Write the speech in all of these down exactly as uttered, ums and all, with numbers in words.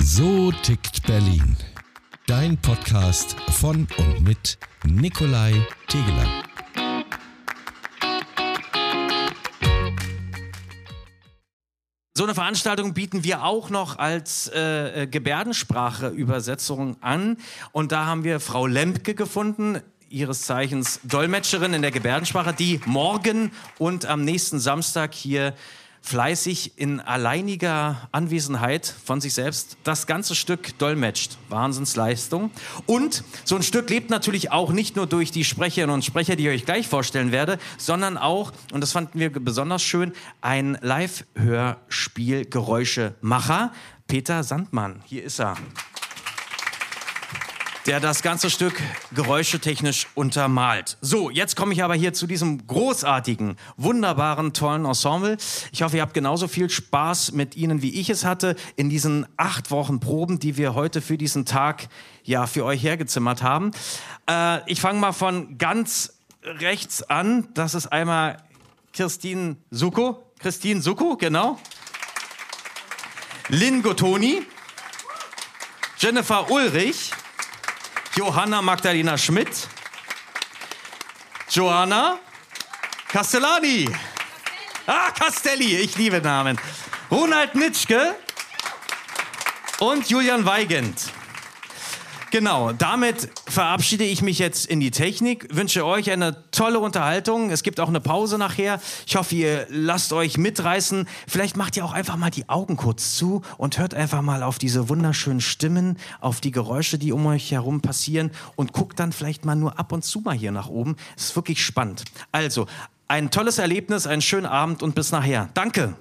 So tickt Berlin. Dein Podcast von und mit Nikolai Tegeler. So eine Veranstaltung bieten wir auch noch als äh, Gebärdensprache-Übersetzung an. Und da haben wir Frau Lempke gefunden, ihres Zeichens Dolmetscherin in der Gebärdensprache, die morgen und am nächsten Samstag hier fleißig in alleiniger Anwesenheit von sich selbst das ganze Stück dolmetscht. Wahnsinnsleistung. Und so ein Stück lebt natürlich auch nicht nur durch die Sprecherinnen und Sprecher, die ich euch gleich vorstellen werde, sondern auch, und das fanden wir besonders schön, ein Live-Hörspiel Geräuschemacher, Peter Sandmann. Hier ist er, der das ganze Stück geräuschetechnisch untermalt. So, jetzt komme ich aber hier zu diesem großartigen, wunderbaren, tollen Ensemble. Ich hoffe, ihr habt genauso viel Spaß mit ihnen, wie ich es hatte, in diesen acht Wochen Proben, die wir heute für diesen Tag ja für euch hergezimmert haben. Äh, ich fange mal von ganz rechts an. Das ist einmal Christine Suko. Christine Suko, genau. Lynn Gottoni. Jennifer Ulrich. Johanna Magdalena Schmidt, Johanna Castellani, ah, Castelli, ich liebe Namen, Ronald Nitschke und Julian Weigand. Genau, damit verabschiede ich mich jetzt in die Technik, wünsche euch eine tolle Unterhaltung. Es gibt auch eine Pause nachher. Ich hoffe, ihr lasst euch mitreißen. Vielleicht macht ihr auch einfach mal die Augen kurz zu und hört einfach mal auf diese wunderschönen Stimmen, auf die Geräusche, die um euch herum passieren und guckt dann vielleicht mal nur ab und zu mal hier nach oben. Es ist wirklich spannend. Also, ein tolles Erlebnis, einen schönen Abend und bis nachher. Danke.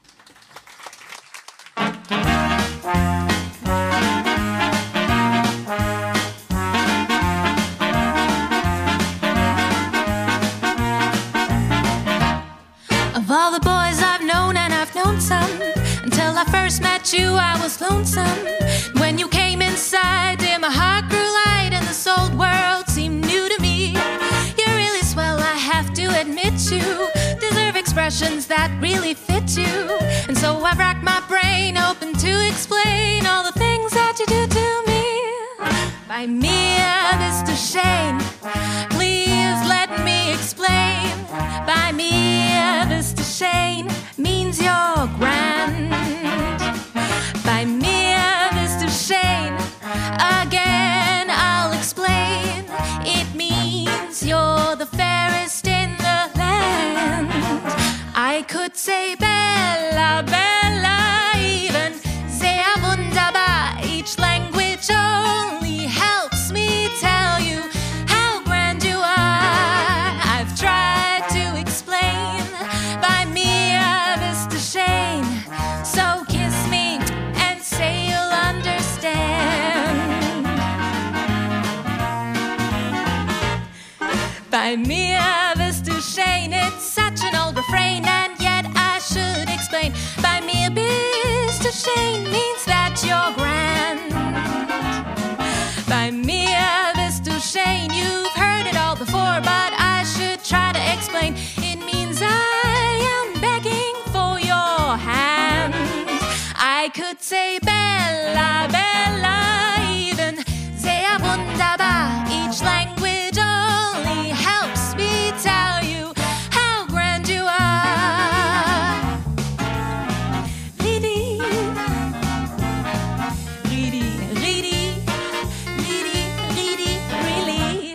Of all the boys I've known, and I've known some, until I first met you I was lonesome. When you came inside, dear, my heart grew light and this old world seemed new to me. You're really swell, I have to admit you deserve expressions that really fit you. And so I've racked my brain hoping to explain all the things that you do to me. Bei mir bist du schön, please let me explain. Bei mir bist du schön means you're grand. Bei mir bist du schön, again I'll explain. It means you're the fairest in the land. I could say bella, bella, even sehr wunderbar. Each language only helps me tell you how grand you are. I've tried to explain. Bei mir bist du schön, so kiss me and say you'll understand. Bei mir bist du schön, it's such an old refrain, and yet I should explain. Bei mir bist du schön means that you're grand. Bei mir bist du schön, you've heard it all before, but I should try to explain. It means I am begging for your hand. I could say bella, bella, even sehr wunderbar. Each language only helps me tell you how grand you are. Ridi, ridi, ridi, ridi, ridi, really.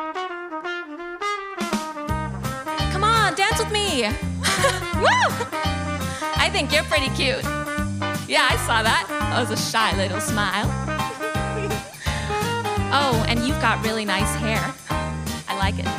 Come on, dance with me. Woo! I think you're pretty cute. Yeah, I saw that. That was a shy little smile. Oh, and you've got really nice hair. I like it.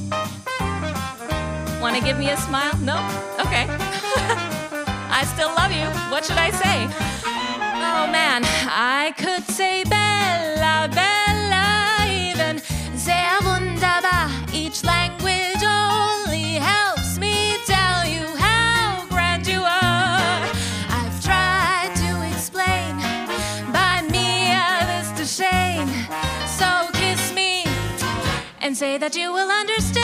Want to give me a smile? No? Okay. I still love you. What should I say? Oh, man. I could say bella, bella, even sehr wunderbar. Each language only helps me tell you how grand you are. I've tried to explain. Bei mir bist du schön, so kiss me and say that you will understand.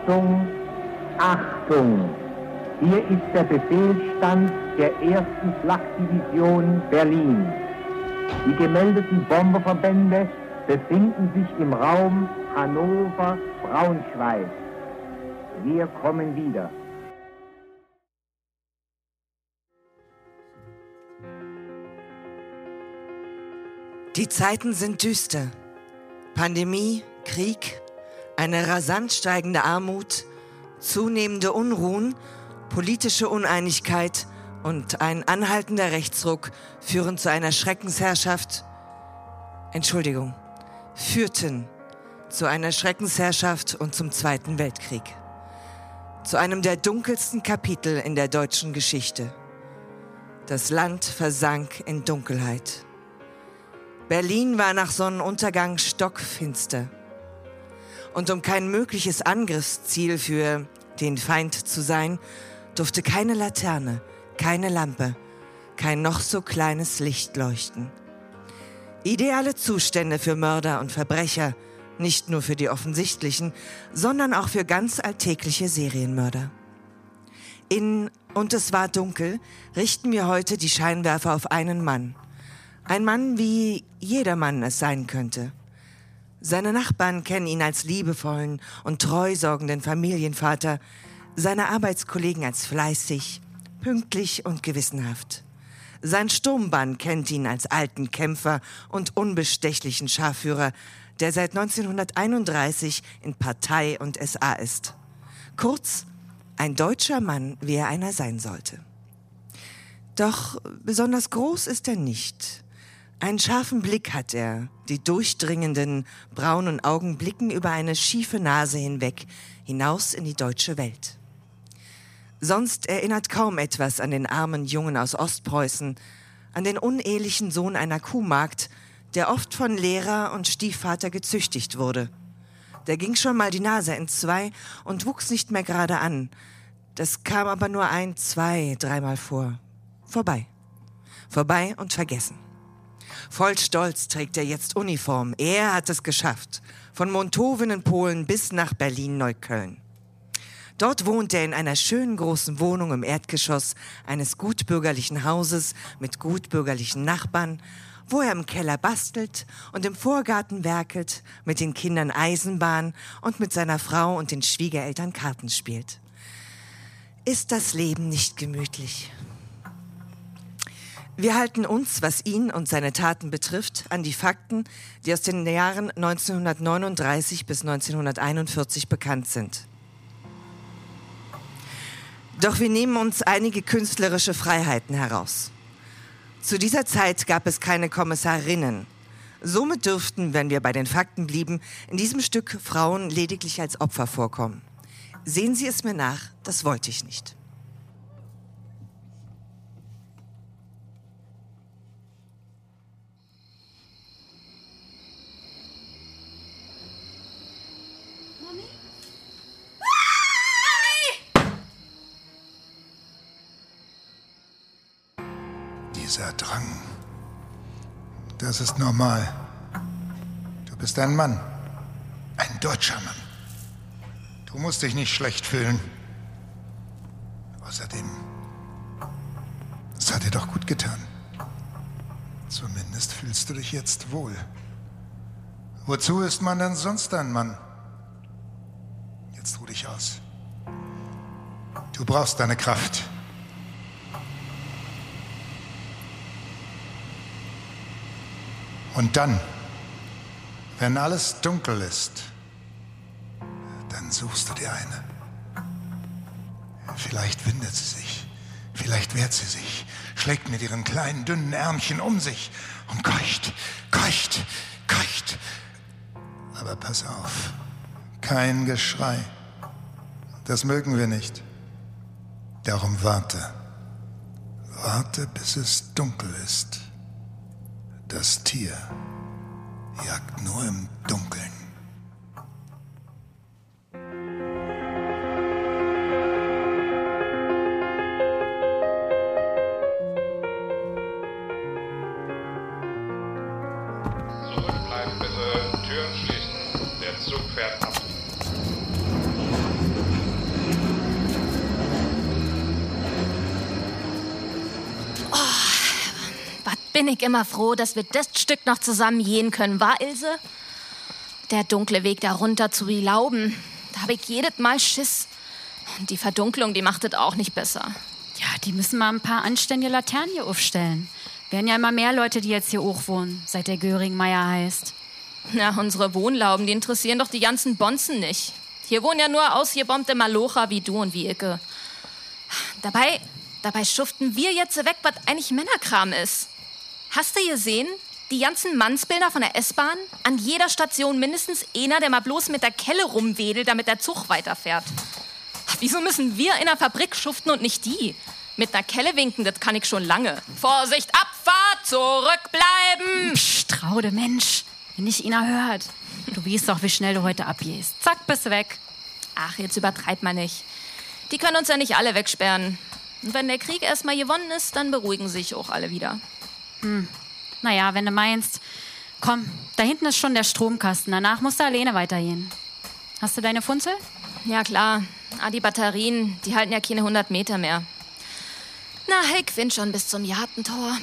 Achtung, Achtung! Hier ist der Befehlsstand der ersten Flakdivision Berlin. Die gemeldeten Bomberverbände befinden sich im Raum Hannover-Braunschweig. Wir kommen wieder. Die Zeiten sind düster. Pandemie, Krieg, eine rasant steigende Armut, zunehmende Unruhen, politische Uneinigkeit und ein anhaltender Rechtsruck führen zu einer Schreckensherrschaft, Entschuldigung, führten zu einer Schreckensherrschaft und zum Zweiten Weltkrieg. Zu einem der dunkelsten Kapitel in der deutschen Geschichte. Das Land versank in Dunkelheit. Berlin war nach Sonnenuntergang stockfinster. Und um kein mögliches Angriffsziel für den Feind zu sein, durfte keine Laterne, keine Lampe, kein noch so kleines Licht leuchten. Ideale Zustände für Mörder und Verbrecher, nicht nur für die offensichtlichen, sondern auch für ganz alltägliche Serienmörder. In Und es war dunkel richten wir heute die Scheinwerfer auf einen Mann. Ein Mann, wie jeder Mann es sein könnte. Seine Nachbarn kennen ihn als liebevollen und treu sorgenden Familienvater, seine Arbeitskollegen als fleißig, pünktlich und gewissenhaft. Sein Sturmband kennt ihn als alten Kämpfer und unbestechlichen Scharführer, der seit neunzehnhunderteinunddreißig in Partei und S A ist. Kurz, ein deutscher Mann, wie er einer sein sollte. Doch besonders groß ist er nicht. Einen scharfen Blick hat er, die durchdringenden, braunen Augen blicken über eine schiefe Nase hinweg, hinaus in die deutsche Welt. Sonst erinnert kaum etwas an den armen Jungen aus Ostpreußen, an den unehelichen Sohn einer Kuhmagd, der oft von Lehrer und Stiefvater gezüchtigt wurde. Der ging schon mal die Nase entzwei und wuchs nicht mehr gerade an. Das kam aber nur ein, zwei, dreimal vor. Vorbei. Vorbei und vergessen. Voll Stolz trägt er jetzt Uniform. Er hat es geschafft. Von Monthoven in Polen bis nach Berlin-Neukölln. Dort wohnt er in einer schönen großen Wohnung im Erdgeschoss eines gutbürgerlichen Hauses mit gutbürgerlichen Nachbarn, wo er im Keller bastelt und im Vorgarten werkelt, mit den Kindern Eisenbahn und mit seiner Frau und den Schwiegereltern Karten spielt. Ist das Leben nicht gemütlich? Wir halten uns, was ihn und seine Taten betrifft, an die Fakten, die aus den Jahren neunzehnhundertneununddreißig bis neunzehnhunderteinundvierzig bekannt sind. Doch wir nehmen uns einige künstlerische Freiheiten heraus. Zu dieser Zeit gab es keine Kommissarinnen. Somit dürften, wenn wir bei den Fakten blieben, in diesem Stück Frauen lediglich als Opfer vorkommen. Sehen Sie es mir nach, das wollte ich nicht. Dieser Drang, das ist normal. Du bist ein Mann, ein deutscher Mann. Du musst dich nicht schlecht fühlen. Außerdem, es hat dir doch gut getan. Zumindest fühlst du dich jetzt wohl. Wozu ist man denn sonst ein Mann? Jetzt ruh dich aus. Du brauchst deine Kraft. Und dann, wenn alles dunkel ist, dann suchst du dir eine. Vielleicht windet sie sich, vielleicht wehrt sie sich, schlägt mit ihren kleinen, dünnen Ärmchen um sich und keucht, keucht, keucht. Aber pass auf, kein Geschrei. Das mögen wir nicht. Darum warte. Warte, bis es dunkel ist. Das Tier jagt nur im Dunkeln. Zurückbleiben bitte, Türen schließen, der Zug fährt ab. bin ich immer froh, dass wir das Stück noch zusammen gehen können, war Ilse? Der dunkle Weg da runter zu die Lauben, da habe ich jedes Mal Schiss. Und die Verdunklung, die macht es auch nicht besser. Ja, die müssen mal ein paar anständige Laternen hier aufstellen. Werden ja immer mehr Leute, die jetzt hier hoch wohnen, seit der Göring-Meier heißt. Na, unsere Wohnlauben, die interessieren doch die ganzen Bonzen nicht. Hier wohnen ja nur ausgebombte Malocher wie du und wie Icke. Dabei, dabei schuften wir jetzt weg, was eigentlich Männerkram ist. Hast du gesehen? Die ganzen Mannsbilder von der S-Bahn? An jeder Station mindestens einer, der mal bloß mit der Kelle rumwedelt, damit der Zug weiterfährt. Wieso müssen wir in der Fabrik schuften und nicht die? Mit einer Kelle winken, das kann ich schon lange. Vorsicht, Abfahrt, zurückbleiben! Psst, traude Mensch, wenn nicht einer hört. Du weißt doch, wie schnell du heute abgehst. Zack, bist du weg. Ach, jetzt übertreib mal nicht. Die können uns ja nicht alle wegsperren. Und wenn der Krieg erstmal gewonnen ist, dann beruhigen sich auch alle wieder. Hm. Naja, wenn du meinst. Komm, da hinten ist schon der Stromkasten. Danach musst du alleine weitergehen. Hast du deine Funzel? Ja, klar. Ah, die Batterien, die halten ja keine hundert Meter mehr. Na, ich find schon bis zum Jartentor.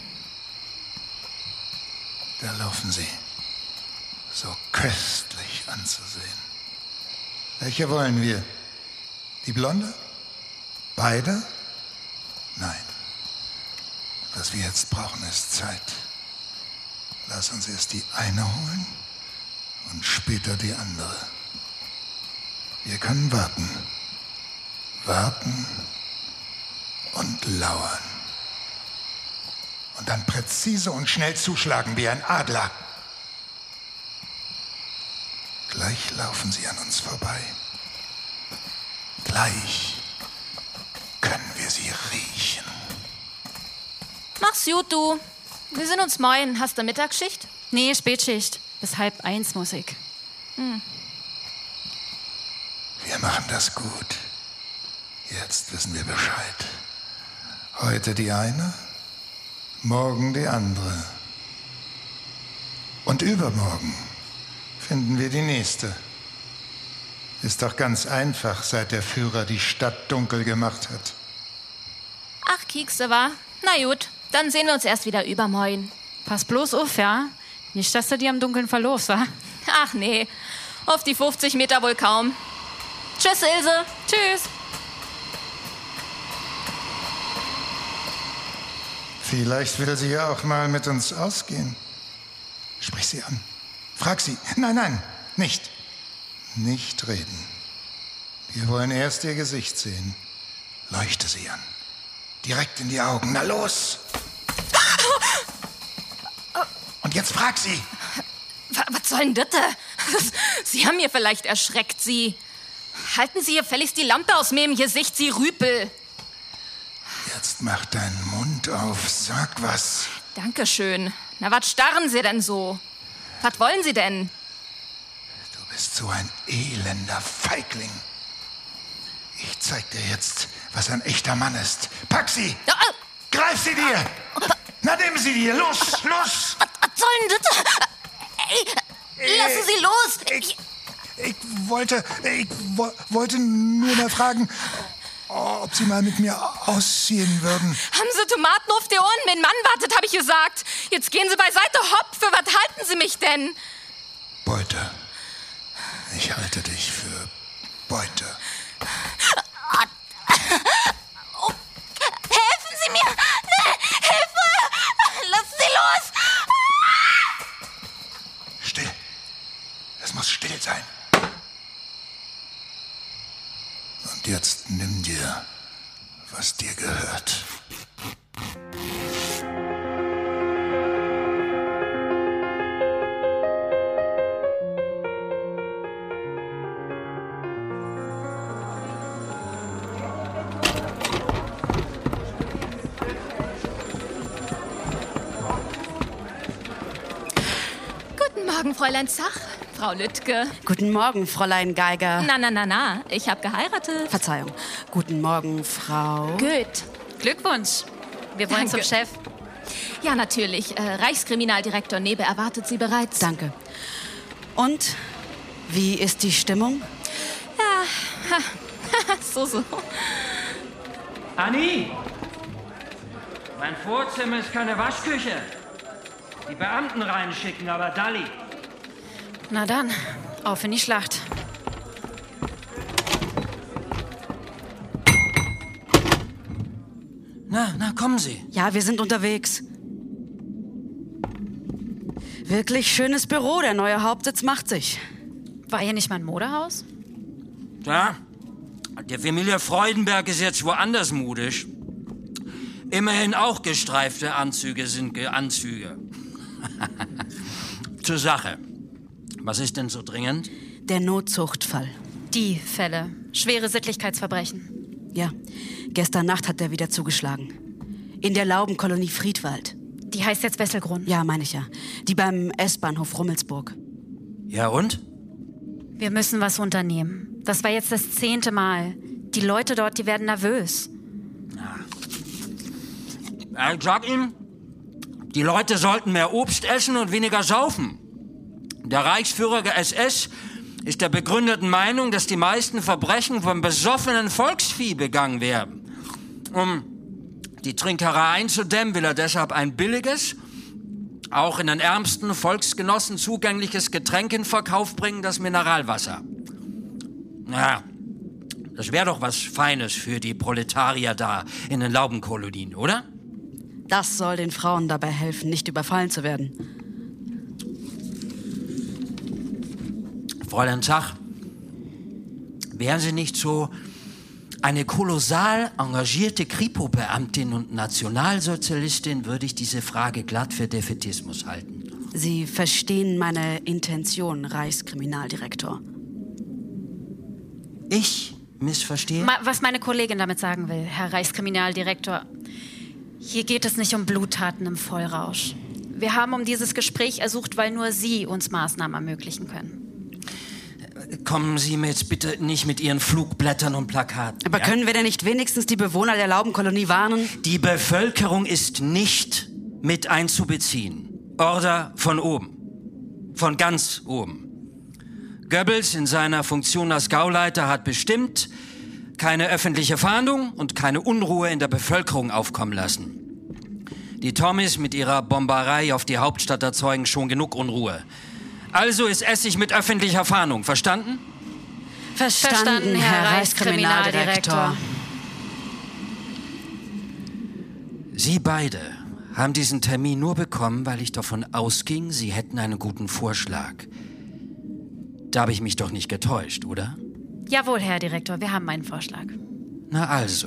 Da laufen sie. So köstlich anzusehen. Welche wollen wir? Die Blonde? Beide? Nein. Was wir jetzt brauchen, ist Zeit. Lass uns erst die eine holen und später die andere. Wir können warten. Warten und lauern. Und dann präzise und schnell zuschlagen wie ein Adler. Gleich laufen sie an uns vorbei. Gleich können wir sie riechen. Mach's gut, du. Wir sind uns morgen. Hast du Mittagsschicht? Nee, Spätschicht. Bis halb eins muss ich. Hm. Wir machen das gut. Jetzt wissen wir Bescheid. Heute die eine, morgen die andere. Und übermorgen finden wir die nächste. Ist doch ganz einfach, seit der Führer die Stadt dunkel gemacht hat. Ach, Kiekse, wa? Na gut, dann sehen wir uns erst wieder übermorgen. Pass bloß auf, ja? Nicht, dass du dir im Dunkeln verlorst, wa? Ach nee, auf die fünfzig Meter wohl kaum. Tschüss, Ilse. Tschüss. Vielleicht will sie ja auch mal mit uns ausgehen. Sprich sie an. Frag sie. Nein, nein, nicht. Nicht reden. Wir wollen erst ihr Gesicht sehen. Leuchte sie an. Direkt in die Augen. Na los! Und jetzt frag sie. Was soll denn das? Sie haben mir vielleicht erschreckt, Sie. Halten Sie hier gefälligst die Lampe aus meinem Gesicht, Sie Rüpel. Jetzt mach deinen Mund auf. Sag was. Dankeschön. Na, was starren Sie denn so? Was wollen Sie denn? Du bist so ein elender Feigling. Ich zeig dir jetzt, was ein echter Mann ist. Pack sie! Greif sie dir! Na, nimm sie dir! Los, los! Was, was soll denn das? Ey, lassen Sie los! Ich, ich wollte, ich wo, wollte nur mal fragen, ob Sie mal mit mir ausziehen würden. Haben Sie Tomaten auf die Ohren? Mein Mann wartet, habe ich gesagt. Jetzt gehen Sie beiseite. Hopp, für was halten Sie mich denn? Beute. Ich halte dich für Beute. Oh, helfen Sie mir! Hilfe! Lassen Sie los! Still. Es muss still sein. Und jetzt nimm dir, was dir gehört. Guten Morgen, Fräulein Zach. Frau Lüttke. Guten Morgen, Fräulein Geiger. Na, na, na, na. Ich habe geheiratet. Verzeihung. Guten Morgen, Frau... Gut. Glückwunsch. Wir wollen Danke. zum Chef. Ja, natürlich. Äh, Reichskriminaldirektor Nebe erwartet Sie bereits. Danke. Und, wie ist die Stimmung? Ja, so, so. Anni! Mein Vorzimmer ist keine Waschküche. Die Beamten reinschicken, aber Dalli. Na dann, auf in die Schlacht. Na, na, kommen Sie. Ja, wir sind unterwegs. Wirklich schönes Büro, der neue Hauptsitz macht sich. War hier nicht mal ein Modehaus? Ja, die Familie Freudenberg ist jetzt woanders modisch. Immerhin auch gestreifte Anzüge sind Ge- Anzüge. Zur Sache. Was ist denn so dringend? Der Notzuchtfall. Die Fälle. Schwere Sittlichkeitsverbrechen. Ja, gestern Nacht hat der wieder zugeschlagen. In der Laubenkolonie Friedwald. Die heißt jetzt Wesselgrund. Ja, meine ich ja. Die beim S-Bahnhof Rummelsburg. Ja und? Wir müssen was unternehmen. Das war jetzt das zehnte Mal. Die Leute dort, die werden nervös. Ja, ich sag Ihnen, die Leute sollten mehr Obst essen und weniger saufen. Der Reichsführer der S S ist der begründeten Meinung, dass die meisten Verbrechen vom besoffenen Volksvieh begangen werden. Um die Trinkerei einzudämmen, will er deshalb ein billiges, auch in den ärmsten Volksgenossen zugängliches Getränk in Verkauf bringen, das Mineralwasser. Ja, das wäre doch was Feines für die Proletarier da in den Laubenkolonien, oder? Das soll den Frauen dabei helfen, nicht überfallen zu werden. Fräulein Zach, wären Sie nicht so eine kolossal engagierte Kripo-Beamtin und Nationalsozialistin, würde ich diese Frage glatt für Defätismus halten. Sie verstehen meine Intention, Reichskriminaldirektor. Ich missverstehe? Ma- was meine Kollegin damit sagen will, Herr Reichskriminaldirektor. Hier geht es nicht um Bluttaten im Vollrausch. Wir haben um dieses Gespräch ersucht, weil nur Sie uns Maßnahmen ermöglichen können. Kommen Sie mir jetzt bitte nicht mit Ihren Flugblättern und Plakaten. Aber ja? können wir denn nicht wenigstens die Bewohner der Laubenkolonie warnen? Die Bevölkerung ist nicht mit einzubeziehen. Order von oben. Von ganz oben. Goebbels in seiner Funktion als Gauleiter hat bestimmt, keine öffentliche Fahndung und keine Unruhe in der Bevölkerung aufkommen lassen. Die Tommies mit ihrer Bomberei auf die Hauptstadt erzeugen schon genug Unruhe. Also ist Essig mit öffentlicher Fahndung. Verstanden? Verstanden, Verstanden, Herr Herr Reichskriminaldirektor. Reichskriminaldirektor. Sie beide haben diesen Termin nur bekommen, weil ich davon ausging, Sie hätten einen guten Vorschlag. Da habe ich mich doch nicht getäuscht, oder? Jawohl, Herr Direktor, wir haben einen Vorschlag. Na also.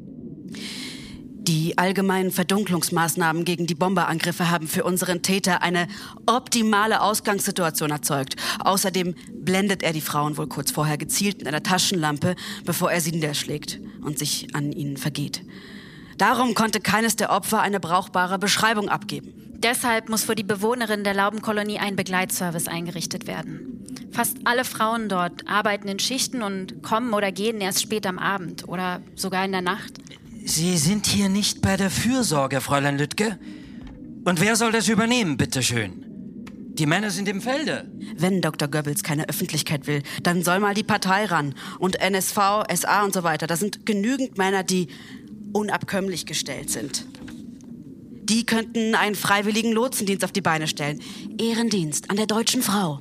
Die allgemeinen Verdunklungsmaßnahmen gegen die Bomberangriffe haben für unseren Täter eine optimale Ausgangssituation erzeugt. Außerdem blendet er die Frauen wohl kurz vorher gezielt mit einer Taschenlampe, bevor er sie niederschlägt und sich an ihnen vergeht. Darum konnte keines der Opfer eine brauchbare Beschreibung abgeben. Deshalb muss für die Bewohnerinnen der Laubenkolonie ein Begleitservice eingerichtet werden. Fast alle Frauen dort arbeiten in Schichten und kommen oder gehen erst spät am Abend oder sogar in der Nacht. Sie sind hier nicht bei der Fürsorge, Fräulein Lüttke. Und wer soll das übernehmen, bitteschön? Die Männer sind im Felde. Wenn Doktor Goebbels keine Öffentlichkeit will, dann soll mal die Partei ran. Und N S V, S A und so weiter. Da sind genügend Männer, die unabkömmlich gestellt sind. Die könnten einen freiwilligen Lotsendienst auf die Beine stellen. Ehrendienst an der deutschen Frau.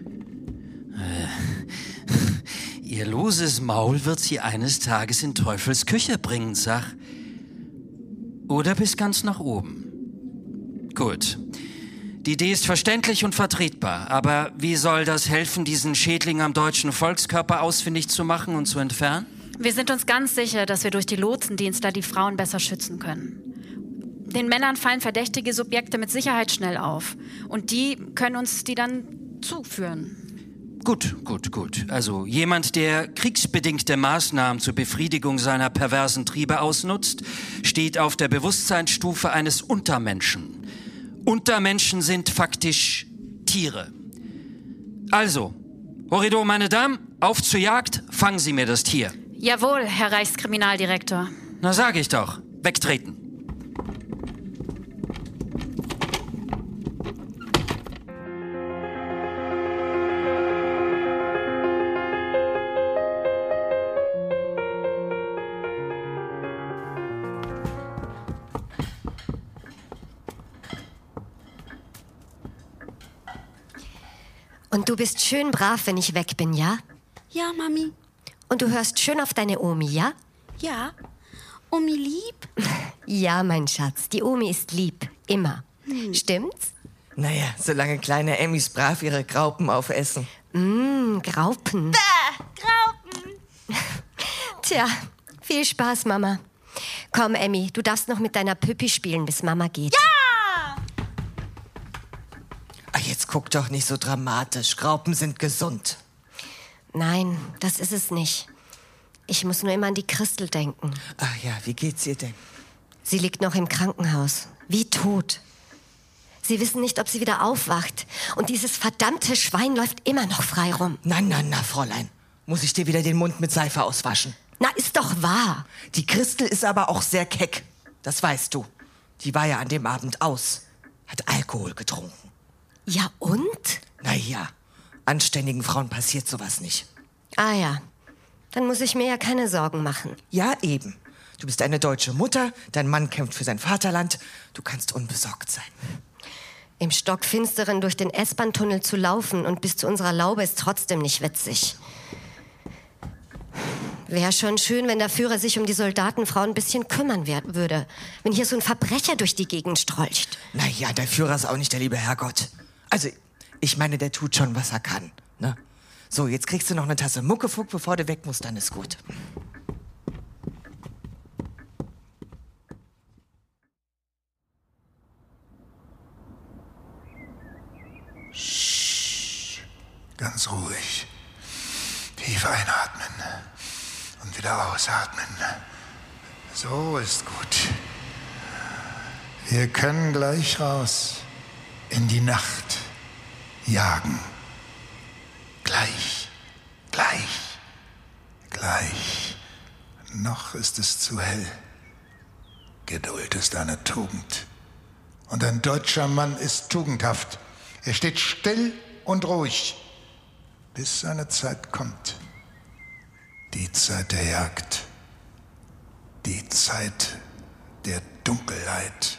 Ihr loses Maul wird Sie eines Tages in Teufels Küche bringen, Sach. Oder bis ganz nach oben. Gut. Die Idee ist verständlich und vertretbar. Aber wie soll das helfen, diesen Schädling am deutschen Volkskörper ausfindig zu machen und zu entfernen? Wir sind uns ganz sicher, dass wir durch die Lotsendienste die Frauen besser schützen können. Den Männern fallen verdächtige Subjekte mit Sicherheit schnell auf. Und die können uns die dann zuführen. Gut, gut, gut. Also jemand, der kriegsbedingte Maßnahmen zur Befriedigung seiner perversen Triebe ausnutzt, steht auf der Bewusstseinsstufe eines Untermenschen. Untermenschen sind faktisch Tiere. Also, Horridor, meine Damen, auf zur Jagd, fangen Sie mir das Tier. Jawohl, Herr Reichskriminaldirektor. Na, sag ich doch. Wegtreten. Und du bist schön brav, wenn ich weg bin, ja? Ja, Mami. Und du hörst schön auf deine Omi, ja? Ja. Omi lieb? Ja, mein Schatz, die Omi ist lieb. Immer. Hm. Stimmt's? Naja, solange kleine Emmys brav ihre Graupen aufessen. Mmm, Graupen. Bäh, Graupen. Tja, viel Spaß, Mama. Komm, Emmy, du darfst noch mit deiner Püppi spielen, bis Mama geht. Ja! Ach, jetzt guck doch nicht so dramatisch. Graupen sind gesund. Nein, das ist es nicht. Ich muss nur immer an die Christel denken. Ach ja, wie geht's ihr denn? Sie liegt noch im Krankenhaus, wie tot. Sie wissen nicht, ob sie wieder aufwacht. Und dieses verdammte Schwein läuft immer noch frei rum. Na, na, na, Fräulein. Muss ich dir wieder den Mund mit Seife auswaschen? Na, ist doch wahr. Die Christel ist aber auch sehr keck. Das weißt du. Die war ja an dem Abend aus. Hat Alkohol getrunken. Ja, und? Na ja, anständigen Frauen passiert sowas nicht. Ah ja, dann muss ich mir ja keine Sorgen machen. Ja, eben. Du bist eine deutsche Mutter, dein Mann kämpft für sein Vaterland. Du kannst unbesorgt sein. Im Stockfinsteren durch den S-Bahn-Tunnel zu laufen und bis zu unserer Laube ist trotzdem nicht witzig. Wäre schon schön, wenn der Führer sich um die Soldatenfrauen ein bisschen kümmern würde. Wenn hier so ein Verbrecher durch die Gegend strolcht. Na ja, der Führer ist auch nicht der liebe Herrgott. Also, ich meine, der tut schon, was er kann, ne? So, jetzt kriegst du noch eine Tasse Muckefuck, bevor du weg musst, dann ist gut. Ganz ruhig. Tief einatmen und wieder ausatmen. So ist gut. Wir können gleich raus in die Nacht jagen. Gleich, gleich, gleich. Noch ist es zu hell. Geduld ist eine Tugend. Und ein deutscher Mann ist tugendhaft. Er steht still und ruhig, bis seine Zeit kommt. Die Zeit der Jagd. Die Zeit der Dunkelheit.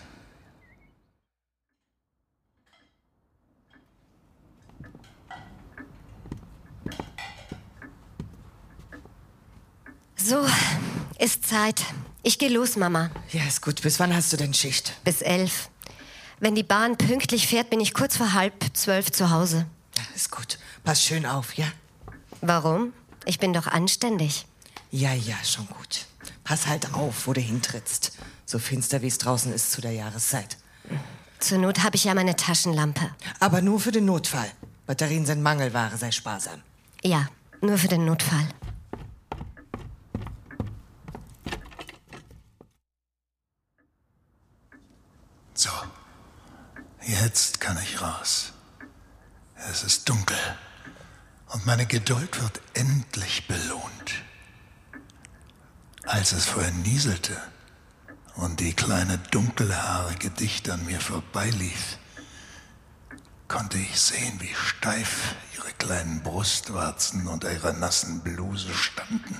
So, ist Zeit. Ich geh los, Mama. Ja, ist gut. Bis wann hast du denn Schicht? Bis elf. Wenn die Bahn pünktlich fährt, bin ich kurz vor halb zwölf zu Hause. Ja, ist gut. Pass schön auf, ja? Warum? Ich bin doch anständig. Ja, ja, schon gut. Pass halt auf, wo du hintrittst. So finster, wie es draußen ist zu der Jahreszeit. Zur Not habe ich ja meine Taschenlampe. Aber nur für den Notfall. Batterien sind Mangelware, sei sparsam. Ja, nur für den Notfall. So, jetzt kann ich raus. Es ist dunkel und meine Geduld wird endlich belohnt. Als es vorhin nieselte und die kleine dunkelhaarige dicht an mir vorbeilief, konnte ich sehen, wie steif ihre kleinen Brustwarzen unter ihrer nassen Bluse standen.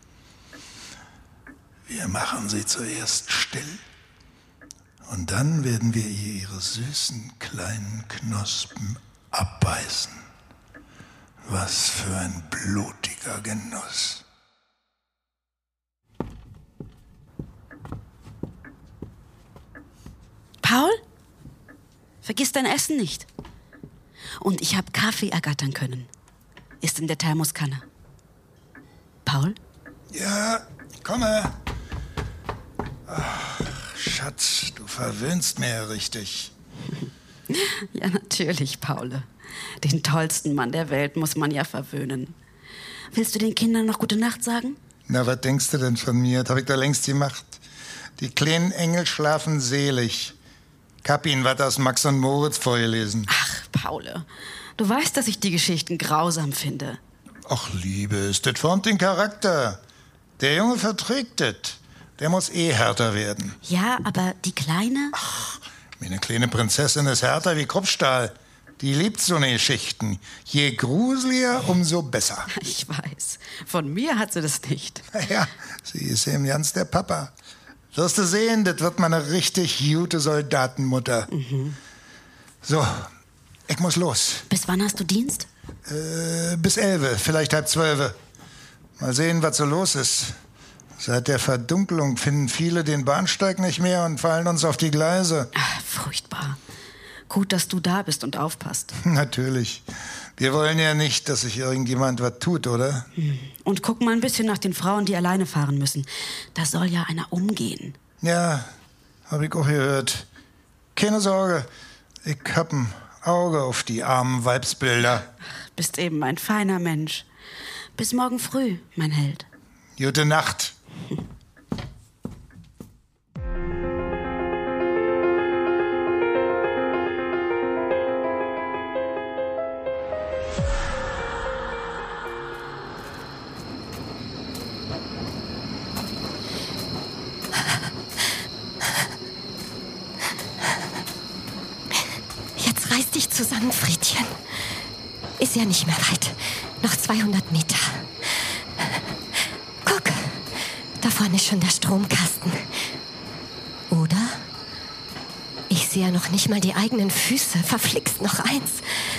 Wir machen sie zuerst still und dann werden wir ihr ihre süßen kleinen Knospen abbeißen. Was für ein blutiger Genuss. Paul? Vergiss dein Essen nicht. Und ich habe Kaffee ergattern können. Ist in der Thermoskanne. Paul? Ja, komme. Ach, Schatz, du verwöhnst mir ja richtig. Ja, natürlich, Paul. Den tollsten Mann der Welt muss man ja verwöhnen. Willst du den Kindern noch gute Nacht sagen? Na, was denkst du denn von mir? Das hab ich doch längst gemacht. Die kleinen Engel schlafen selig. Ich hab ihnen was aus Max und Moritz vorgelesen. Ach, Paul, du weißt, dass ich die Geschichten grausam finde. Ach, Liebes, das formt den Charakter. Der Junge verträgt das. Der muss eh härter werden. Ja, aber die Kleine? Ach, meine kleine Prinzessin ist härter wie Kruppstahl. Die liebt so eine Geschichten. Je gruseliger, umso besser. Ich weiß. Von mir hat sie das nicht. Ja, sie ist eben ganz der Papa. Wirst du sehen, das wird mal eine richtig gute Soldatenmutter. Mhm. So, ich muss los. Bis wann hast du Dienst? Äh, bis elf, vielleicht halb zwölf. Mal sehen, was so los ist. Seit der Verdunkelung finden viele den Bahnsteig nicht mehr und fallen uns auf die Gleise. Ach, furchtbar. Gut, dass du da bist und aufpasst. Natürlich. Wir wollen ja nicht, dass sich irgendjemand was tut, oder? Und guck mal ein bisschen nach den Frauen, die alleine fahren müssen. Da soll ja einer umgehen. Ja, hab ich auch gehört. Keine Sorge, ich hab ein Auge auf die armen Weibsbilder. Bist eben ein feiner Mensch. Bis morgen früh, mein Held. Gute Nacht. Jetzt reiß dich zusammen, Friedchen. Ist ja nicht mehr weit. Noch zweihundert Meter. Guck, da vorne ist schon der Stromkasten. Oder? Ich sehe ja noch nicht mal die eigenen Füße. Verflixt noch eins.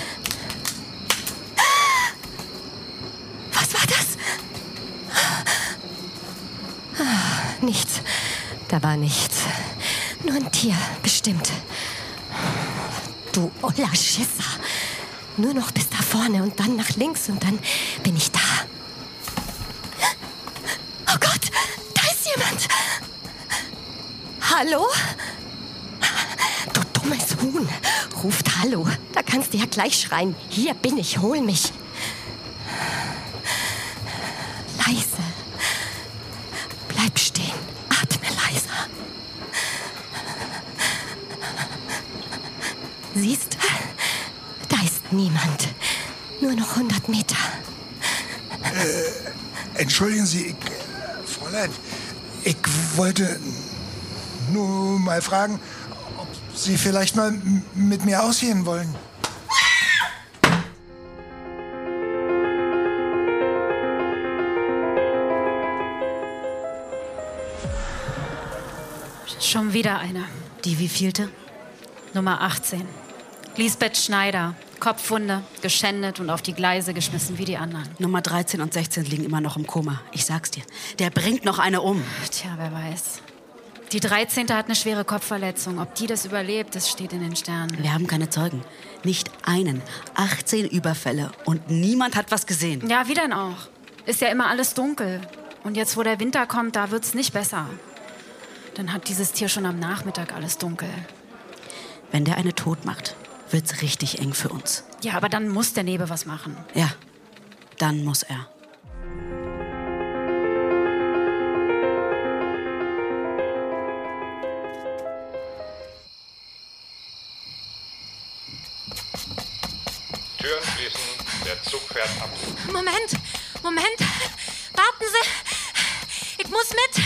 Was war das? Ah, nichts. Da war nichts. Nur ein Tier, bestimmt. Du oller Schisser. Nur noch bis da vorne und dann nach links und dann bin ich da. Oh Gott, da ist jemand. Hallo? Du dummes Huhn. Ruft Hallo. Da kannst du ja gleich schreien. Hier bin ich, hol mich. Leise. Bleib stehen. Atme leiser. Siehst du? Da ist niemand. Nur noch hundert Meter. Äh, entschuldigen Sie, ich, äh, Fräulein, ich wollte nur mal fragen, ob Sie vielleicht mal m- mit mir ausgehen wollen. Schon wieder eine. Die wievielte? Nummer achtzehn. Lisbeth Schneider. Kopfwunde, geschändet und auf die Gleise geschmissen wie die anderen. Nummer dreizehn und sechzehn liegen immer noch im Koma. Ich sag's dir. Der bringt noch eine um. Tja, wer weiß. Die dreizehnte hat eine schwere Kopfverletzung. Ob die das überlebt, das steht in den Sternen. Wir haben keine Zeugen. Nicht einen. achtzehn Überfälle. Und niemand hat was gesehen. Ja, wie denn auch? Ist ja immer alles dunkel. Und jetzt, wo der Winter kommt, da wird's nicht besser. Dann hat dieses Tier schon am Nachmittag alles dunkel. Wenn der eine tot macht, wird's richtig eng für uns. Ja, aber dann muss der Nebel was machen. Ja, dann muss er. Türen schließen, der Zug fährt ab. Moment, Moment. Warten Sie. Ich muss mit.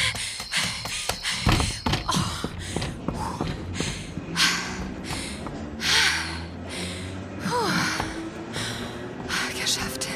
Geschafft.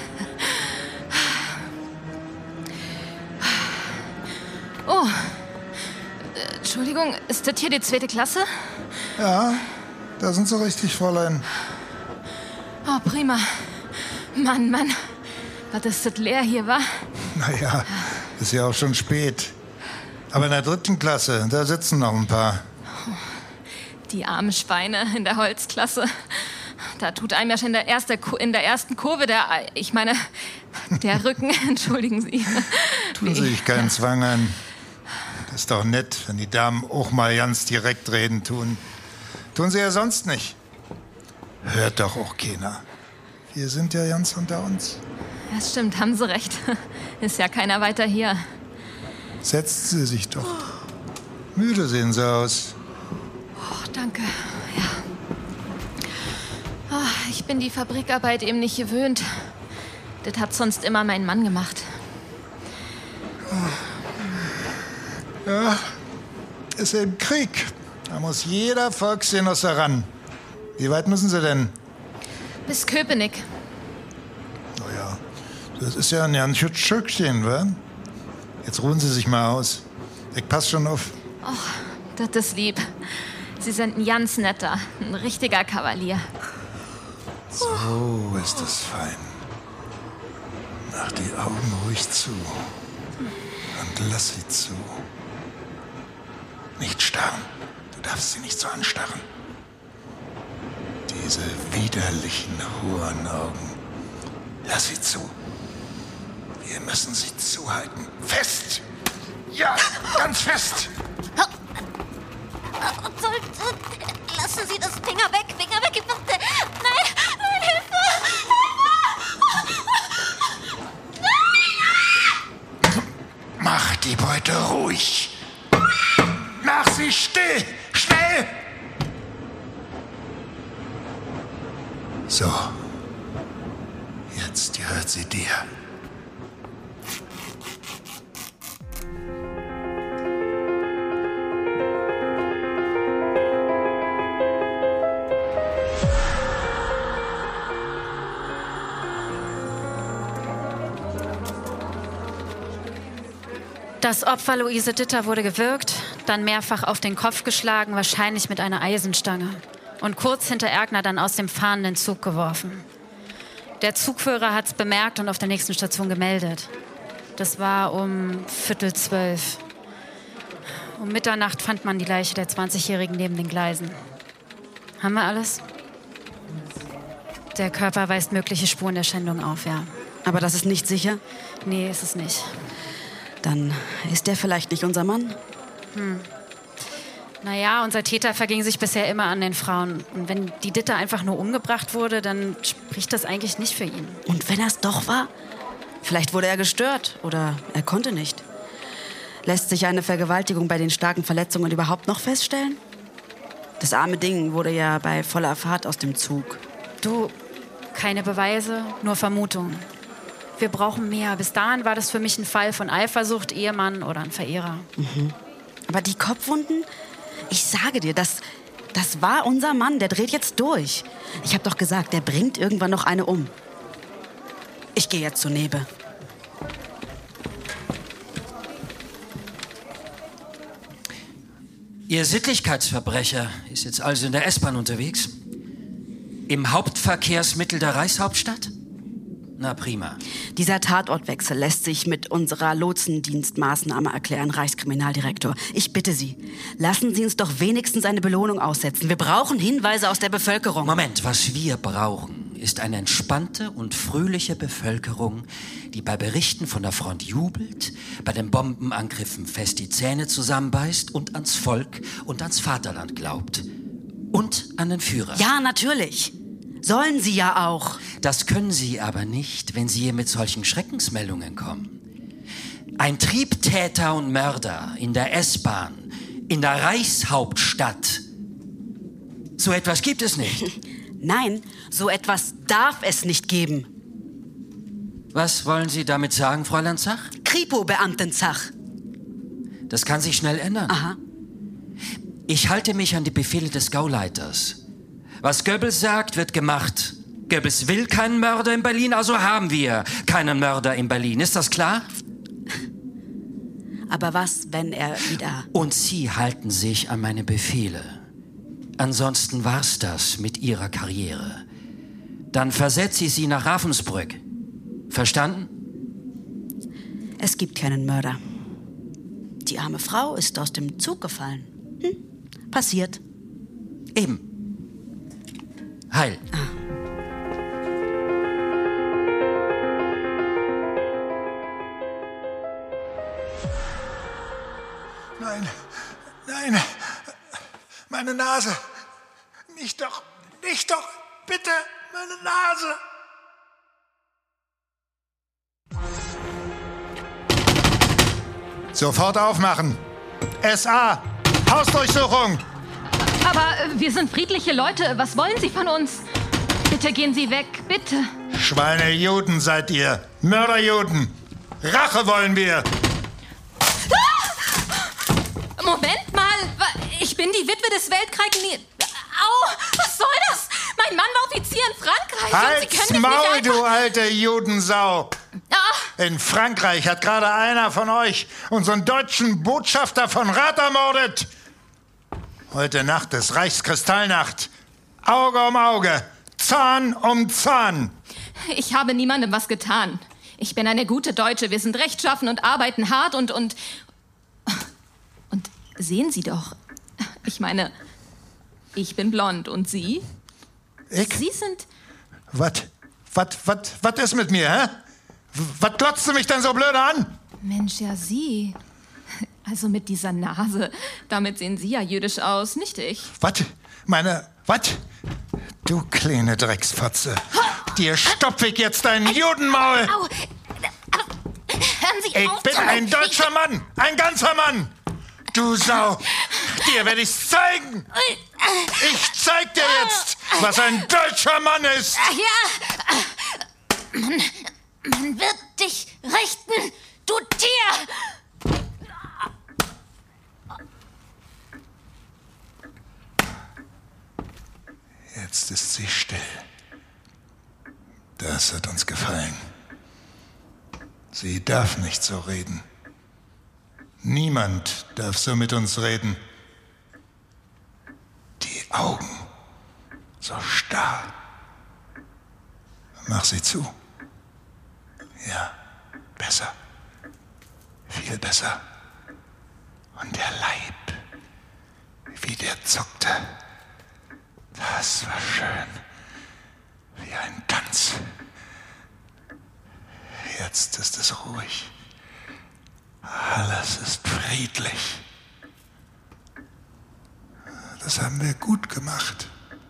Oh. Äh, Entschuldigung, ist das hier die zweite Klasse? Ja, da sind Sie richtig, Fräulein. Oh, prima. Mann, Mann. Was ist das leer hier, wa? Naja, ist ja auch schon spät. Aber in der dritten Klasse, da sitzen noch ein paar. Die armen Schweine in der Holzklasse. Da tut einem ja schon in der, erste, in der ersten Kurve der... Ich meine, der Rücken, entschuldigen Sie. Tun Sie sich keinen Zwang an. Das ist doch nett, wenn die Damen auch mal ganz direkt reden tun. Tun sie ja sonst nicht. Hört doch auch keiner. Wir sind ja ganz unter uns. Das stimmt, haben Sie recht. Ist ja keiner weiter hier. Setzt Sie sich doch. Müde sehen Sie aus. Oh, danke. Ja. Oh, ich bin die Fabrikarbeit eben nicht gewöhnt. Das hat sonst immer mein Mann gemacht. Ja, ist eben Krieg. Da muss jeder Volksgenosse ran. Wie weit müssen Sie denn? Bis Köpenick. Naja, das ist ja ein ganz schönes Stückchen, wa? Jetzt ruhen Sie sich mal aus. Ich pass schon auf. Och, das ist lieb. Sie sind ein ganz netter, ein richtiger Kavalier. So ist es fein. Mach die Augen ruhig zu und lass sie zu. Nicht starren. Du darfst sie nicht so anstarren. Diese widerlichen Hurenaugen. Lass sie zu. Wir müssen sie zuhalten. Fest! Ja, ganz fest! Lassen Sie das Finger weg, Finger weg. Nein, nein, Hilfe! Hilfe! Mach die Beute ruhig. Mach sie still! Schnell! So. Jetzt gehört sie dir. Das Opfer Luise Ditter wurde gewürgt, dann mehrfach auf den Kopf geschlagen, wahrscheinlich mit einer Eisenstange. Und kurz hinter Erkner dann aus dem fahrenden Zug geworfen. Der Zugführer hat es bemerkt und auf der nächsten Station gemeldet. Das war um Viertel zwölf. Um Mitternacht fand man die Leiche der zwanzigjährigen neben den Gleisen. Haben wir alles? Der Körper weist mögliche Spuren der Schändung auf, ja. Aber das ist nicht sicher? Nee, ist es nicht. Dann ist der vielleicht nicht unser Mann? Hm. Naja, unser Täter verging sich bisher immer an den Frauen. Und wenn die Ditter einfach nur umgebracht wurde, dann spricht das eigentlich nicht für ihn. Und wenn er es doch war? Vielleicht wurde er gestört oder er konnte nicht. Lässt sich eine Vergewaltigung bei den starken Verletzungen überhaupt noch feststellen? Das arme Ding wurde ja bei voller Fahrt aus dem Zug. Du, keine Beweise, nur Vermutungen. Wir brauchen mehr. Bis dahin war das für mich ein Fall von Eifersucht, Ehemann oder ein Verehrer. Mhm. Aber die Kopfwunden? Ich sage dir, das, das war unser Mann. Der dreht jetzt durch. Ich habe doch gesagt, der bringt irgendwann noch eine um. Ich gehe jetzt zu Nebe. Ihr Sittlichkeitsverbrecher ist jetzt also in der S-Bahn unterwegs? Im Hauptverkehrsmittel der Reichshauptstadt? Na prima. Dieser Tatortwechsel lässt sich mit unserer Lotsendienstmaßnahme erklären, Reichskriminaldirektor. Ich bitte Sie, lassen Sie uns doch wenigstens eine Belohnung aussetzen. Wir brauchen Hinweise aus der Bevölkerung. Moment, was wir brauchen, ist eine entspannte und fröhliche Bevölkerung, die bei Berichten von der Front jubelt, bei den Bombenangriffen fest die Zähne zusammenbeißt und ans Volk und ans Vaterland glaubt. Und an den Führer. Ja, natürlich. Sollen Sie ja auch. Das können Sie aber nicht, wenn Sie hier mit solchen Schreckensmeldungen kommen. Ein Triebtäter und Mörder in der S-Bahn, in der Reichshauptstadt. So etwas gibt es nicht. Nein, so etwas darf es nicht geben. Was wollen Sie damit sagen, Fräulein Zach? Kripo-Beamtin Zach. Das kann sich schnell ändern. Aha. Ich halte mich an die Befehle des Gauleiters. Was Goebbels sagt, wird gemacht. Goebbels will keinen Mörder in Berlin, also haben wir keinen Mörder in Berlin. Ist das klar? Aber was, wenn er wieder... Und Sie halten sich an meine Befehle. Ansonsten war's das mit Ihrer Karriere. Dann versetze ich Sie nach Ravensbrück. Verstanden? Es gibt keinen Mörder. Die arme Frau ist aus dem Zug gefallen. Hm, passiert. Eben. Heil. Ah. Nein, nein, meine Nase. Nicht doch, nicht doch, bitte, meine Nase. Sofort aufmachen. S A, Hausdurchsuchung. Aber äh, wir sind friedliche Leute. Was wollen Sie von uns? Bitte gehen Sie weg, bitte. Schweinejuden seid ihr. Mörderjuden. Rache wollen wir. Ah! Moment mal. Ich bin die Witwe des Weltkrieg... Au, was soll das? Mein Mann war Offizier in Frankreich. Halt's und Sie können mich Maul, nicht du alte Judensau. Ah. In Frankreich hat gerade einer von euch unseren deutschen Botschafter von Rath ermordet. Heute Nacht ist Reichskristallnacht. Auge um Auge, Zahn um Zahn. Ich habe niemandem was getan. Ich bin eine gute Deutsche. Wir sind rechtschaffen und arbeiten hart und, und... Und sehen Sie doch. Ich meine, ich bin blond und Sie? Ich? Sie sind... Was, was, was, was ist mit mir, hä? Was glotzt du mich denn so blöd an? Mensch, ja Sie. Also mit dieser Nase. Damit sehen Sie ja jüdisch aus, nicht ich. Was? Meine... Was? Du kleine Drecksfotze. Dir stopf ich jetzt dein Judenmaul. Au. Hören Sie Ich auf bin damit. ein deutscher Mann. Ein ganzer Mann. Du Sau. Dir werde ich's zeigen. Ich zeig dir jetzt, was ein deutscher Mann ist. Ja. Man, man wird dich richten, du Tier. Jetzt ist sie still. Das hat uns gefallen. Sie darf nicht so reden. Niemand darf so mit uns reden. Die Augen so starr. Mach sie zu. Ja, besser. Viel besser. Und der Leib, wie der zuckte. Das war schön. Wie ein Tanz. Jetzt ist es ruhig. Alles ist friedlich. Das haben wir gut gemacht.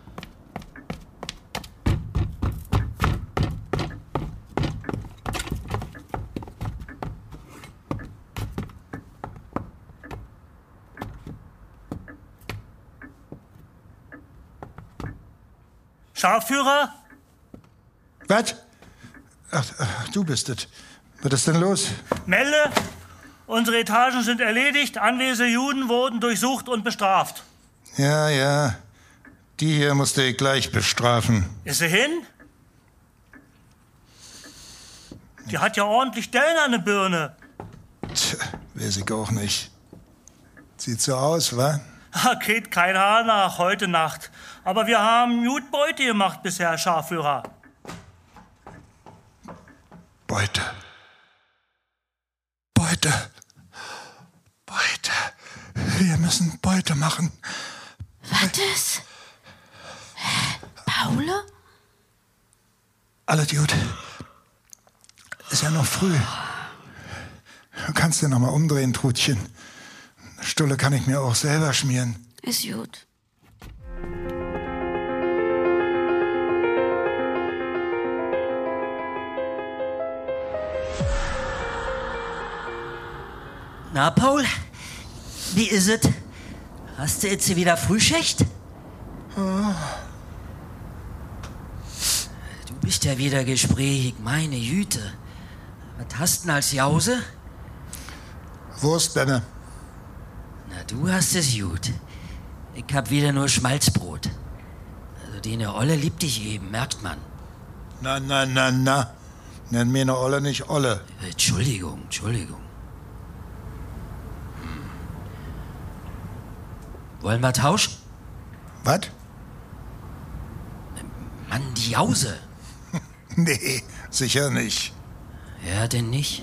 Scharführer? Was? Ach, ach, du bist es. Was ist denn los? Melde, unsere Etagen sind erledigt, anwesende Juden wurden durchsucht und bestraft. Ja, ja. Die hier musste ich gleich bestrafen. Ist sie hin? Die hat ja ordentlich Dellen an der Birne. Tja, weiß ich auch nicht. Sieht so aus, wa? Geht kein Haar nach heute Nacht. Aber wir haben gut Beute gemacht bisher, Herr Scharführer. Beute. Beute. Beute. Wir müssen Beute machen. Was ist? Paule? Alles gut. Ist ja noch früh. Du kannst dir noch mal umdrehen, Trutchen. Stulle kann ich mir auch selber schmieren. Ist gut. Na, Paul, wie ist es? Hast du jetzt wieder Frühschicht? Oh. Du bist ja wieder gesprächig, meine Güte. Was hast du denn als Jause? Wurstbämme. Na, du hast es gut. Ich hab wieder nur Schmalzbrot. Also, die ne Olle liebt dich eben, merkt man. Na, na, na, na. Nenn mir ne Olle nicht Olle. Entschuldigung, Entschuldigung. Hm. Wollen wir tauschen? Was? Mann, die Jause. Nee, sicher nicht. Ja, denn nicht?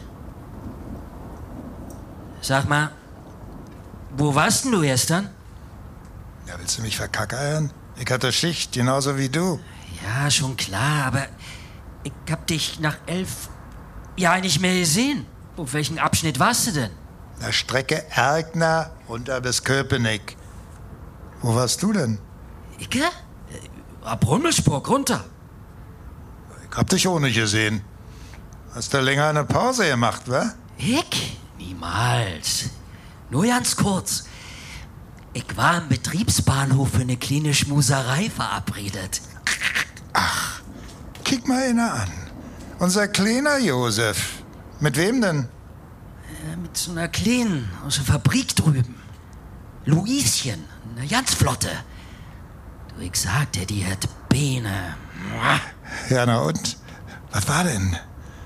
Sag mal, wo warst denn du gestern? Ja, willst du mich verkackeiern? Ich hatte Schicht, genauso wie du. Ja, schon klar, aber ich hab dich nach elf Jahren nicht mehr gesehen. Auf welchem Abschnitt warst du denn? Na, Strecke Erkner runter bis Köpenick. Wo warst du denn? Ich? Ab Rummelsburg runter. Ich hab dich auch nicht gesehen. Hast du länger eine Pause gemacht, wa? Ich? Niemals. Nur ganz kurz. Ich war am Betriebsbahnhof für eine kleine Schmuserei verabredet. Ach, kick mal einer an. Unser kleiner Josef. Mit wem denn? Ja, mit so einer Kleinen aus der Fabrik drüben. Luischen, eine ganz flotte. Du, ich sagte, die hat Beine. Ja, na und? Was war denn?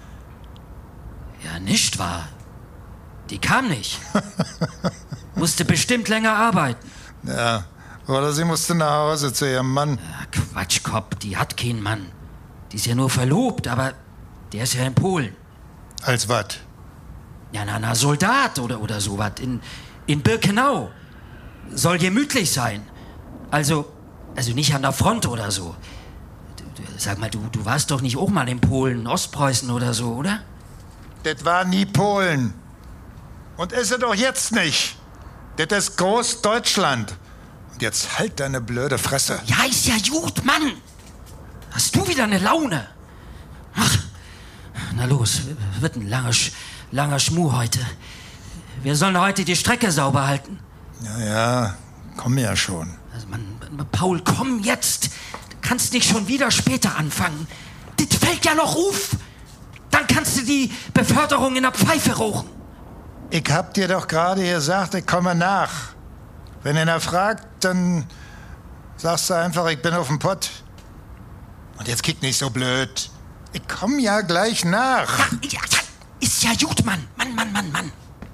Ja, nicht wahr. Die kam nicht. Musste bestimmt länger arbeiten. Ja, Oder sie musste nach Hause zu ihrem Mann. Ja, Quatsch, Kopf, die hat keinen Mann. Die ist ja nur verlobt, aber der ist ja in Polen. Als was? Ja, na, na, Soldat oder, oder sowas. In, in Birkenau. Soll gemütlich sein. Also, also nicht an der Front oder so. Du, du, sag mal, du, du warst doch nicht auch mal in Polen, Ostpreußen oder so, oder? Das war nie Polen. Und ist es doch jetzt nicht. Das ist Großdeutschland. Und jetzt halt deine blöde Fresse. Ja, ist ja gut, Mann. Hast du wieder eine Laune? Ach, na los, wird ein langer, langer Schmuh heute. Wir sollen heute die Strecke sauber halten. Ja, ja, komm ja schon. Also, Mann, Paul, komm jetzt. Du kannst nicht schon wieder später anfangen. Das fällt ja noch auf. Dann kannst du die Beförderung in der Pfeife rauchen. Ich hab dir doch gerade gesagt, ich komme nach. Wenn einer fragt, dann sagst du einfach, ich bin auf dem Pott. Und jetzt kick nicht so blöd. Ich komm ja gleich nach. Ja, ja, ja, ist ja gut, Mann. Mann, Mann, Mann, Mann.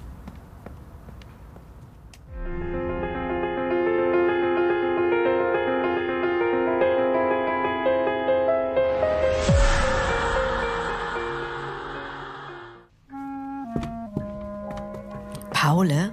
Paule?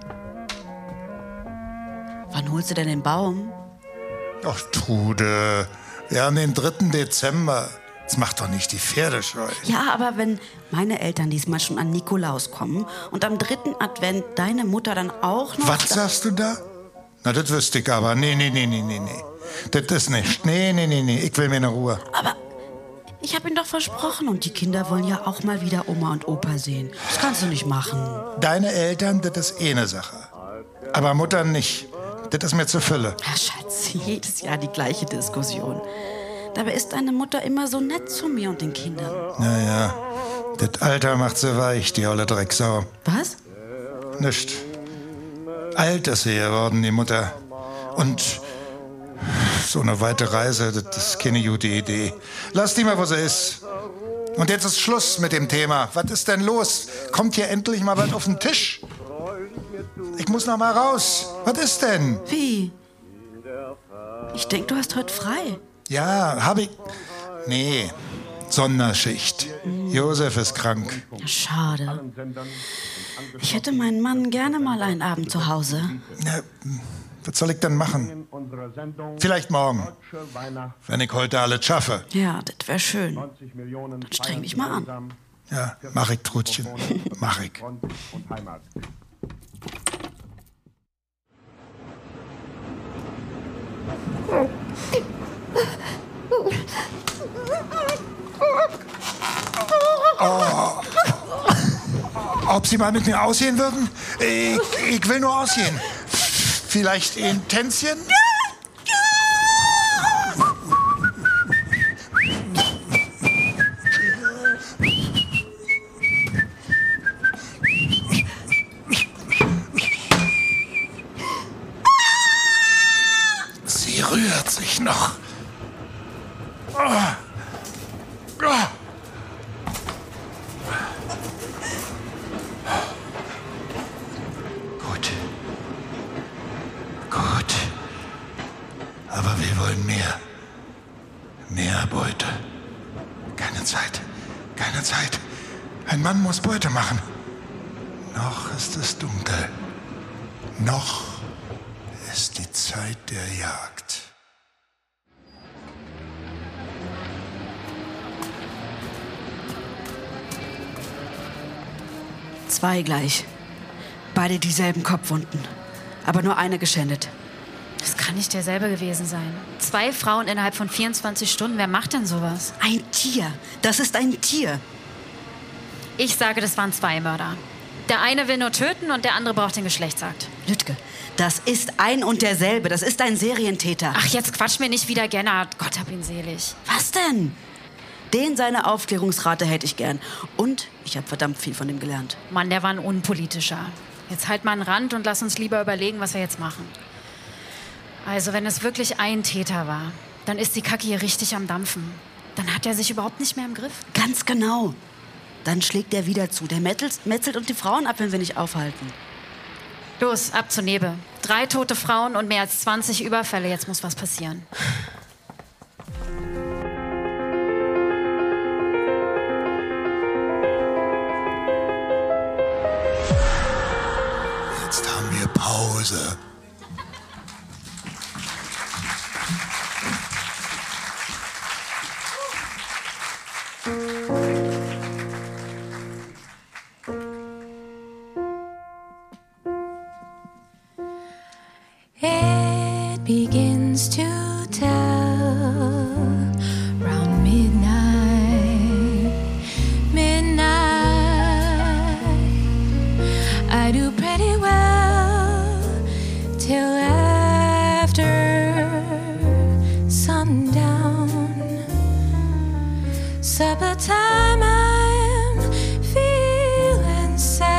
Wann holst du denn den Baum? Ach, Trude, wir haben den dritten Dezember. Das macht doch nicht die Pferde scheu. Ja, aber wenn meine Eltern diesmal schon an Nikolaus kommen und am dritten Advent deine Mutter dann auch noch... Was sagst du da? Na, das wüsste ich aber. Nee, nee, nee, nee, nee, nee. Das ist nicht. Nee, nee, nee, nee. Ich will mir eine Ruhe. Aber ich habe ihn doch versprochen und die Kinder wollen ja auch mal wieder Oma und Opa sehen. Das kannst du nicht machen. Deine Eltern, das ist eh eine Sache. Aber Mutter nicht. Das ist mir zu Fülle. Ja, Schatz, jedes Jahr die gleiche Diskussion. Dabei ist deine Mutter immer so nett zu mir und den Kindern. Naja, das Alter macht sie weich, die olle Drecksau. Was? Nicht. Alt ist sie geworden, die Mutter. Und so eine weite Reise, das ist keine gute Idee. Lass die mal, wo sie ist. Und jetzt ist Schluss mit dem Thema. Was ist denn los? Kommt hier endlich mal was auf den Tisch? Ich muss noch mal raus. Was ist denn? Wie? Ich denke, du hast heute frei. Ja, hab ich... Nee, Sonderschicht. Mhm. Josef ist krank. Ja, schade. Ich hätte meinen Mann gerne mal einen Abend zu Hause. Ja, was soll ich denn machen? Vielleicht morgen, wenn ich heute alles schaffe. Ja, das wäre schön. Dann streng dich mal an. Ja, mach ich, Trutchen. Mach ich. Oh. Ob Sie mal mit mir ausgehen würden? Ich, ich will nur ausgehen. Vielleicht ein Tänzchen? Sie rührt sich noch. Oh. Oh. Gut. Gut. Aber wir wollen mehr. Mehr Beute. Keine Zeit. Keine Zeit. Ein Mann muss Beute machen. Noch ist es dunkel. Noch ist die Zeit der Jagd. Zwei gleich. Beide dieselben Kopfwunden. Aber nur eine geschändet. Das kann nicht derselbe gewesen sein. Zwei Frauen innerhalb von vierundzwanzig Stunden. Wer macht denn sowas? Ein Tier. Das ist ein Tier. Ich sage, das waren zwei Mörder. Der eine will nur töten und der andere braucht den Geschlechtsakt. Lütke, das ist ein und derselbe. Das ist ein Serientäter. Ach, jetzt quatsch mir nicht wieder Gennard. Gott hab ihn selig. Was denn? Den seine Aufklärungsrate hätte ich gern. Und ich habe verdammt viel von ihm gelernt. Mann, der war ein unpolitischer. Jetzt halt mal einen Rand und lass uns lieber überlegen, was wir jetzt machen. Also, wenn es wirklich ein Täter war, dann ist die Kacke hier richtig am Dampfen. Dann hat er sich überhaupt nicht mehr im Griff. Ganz genau. Dann schlägt er wieder zu. Der metzelt, metzelt und die Frauen ab, wenn wir nicht aufhalten. Los, ab zur Nebe. Drei tote Frauen und mehr als zwanzig Überfälle. Jetzt muss was passieren. Jetzt haben wir Pause. It begins to tell round midnight, midnight. I do pretty well till after sundown. Supper time, I'm feeling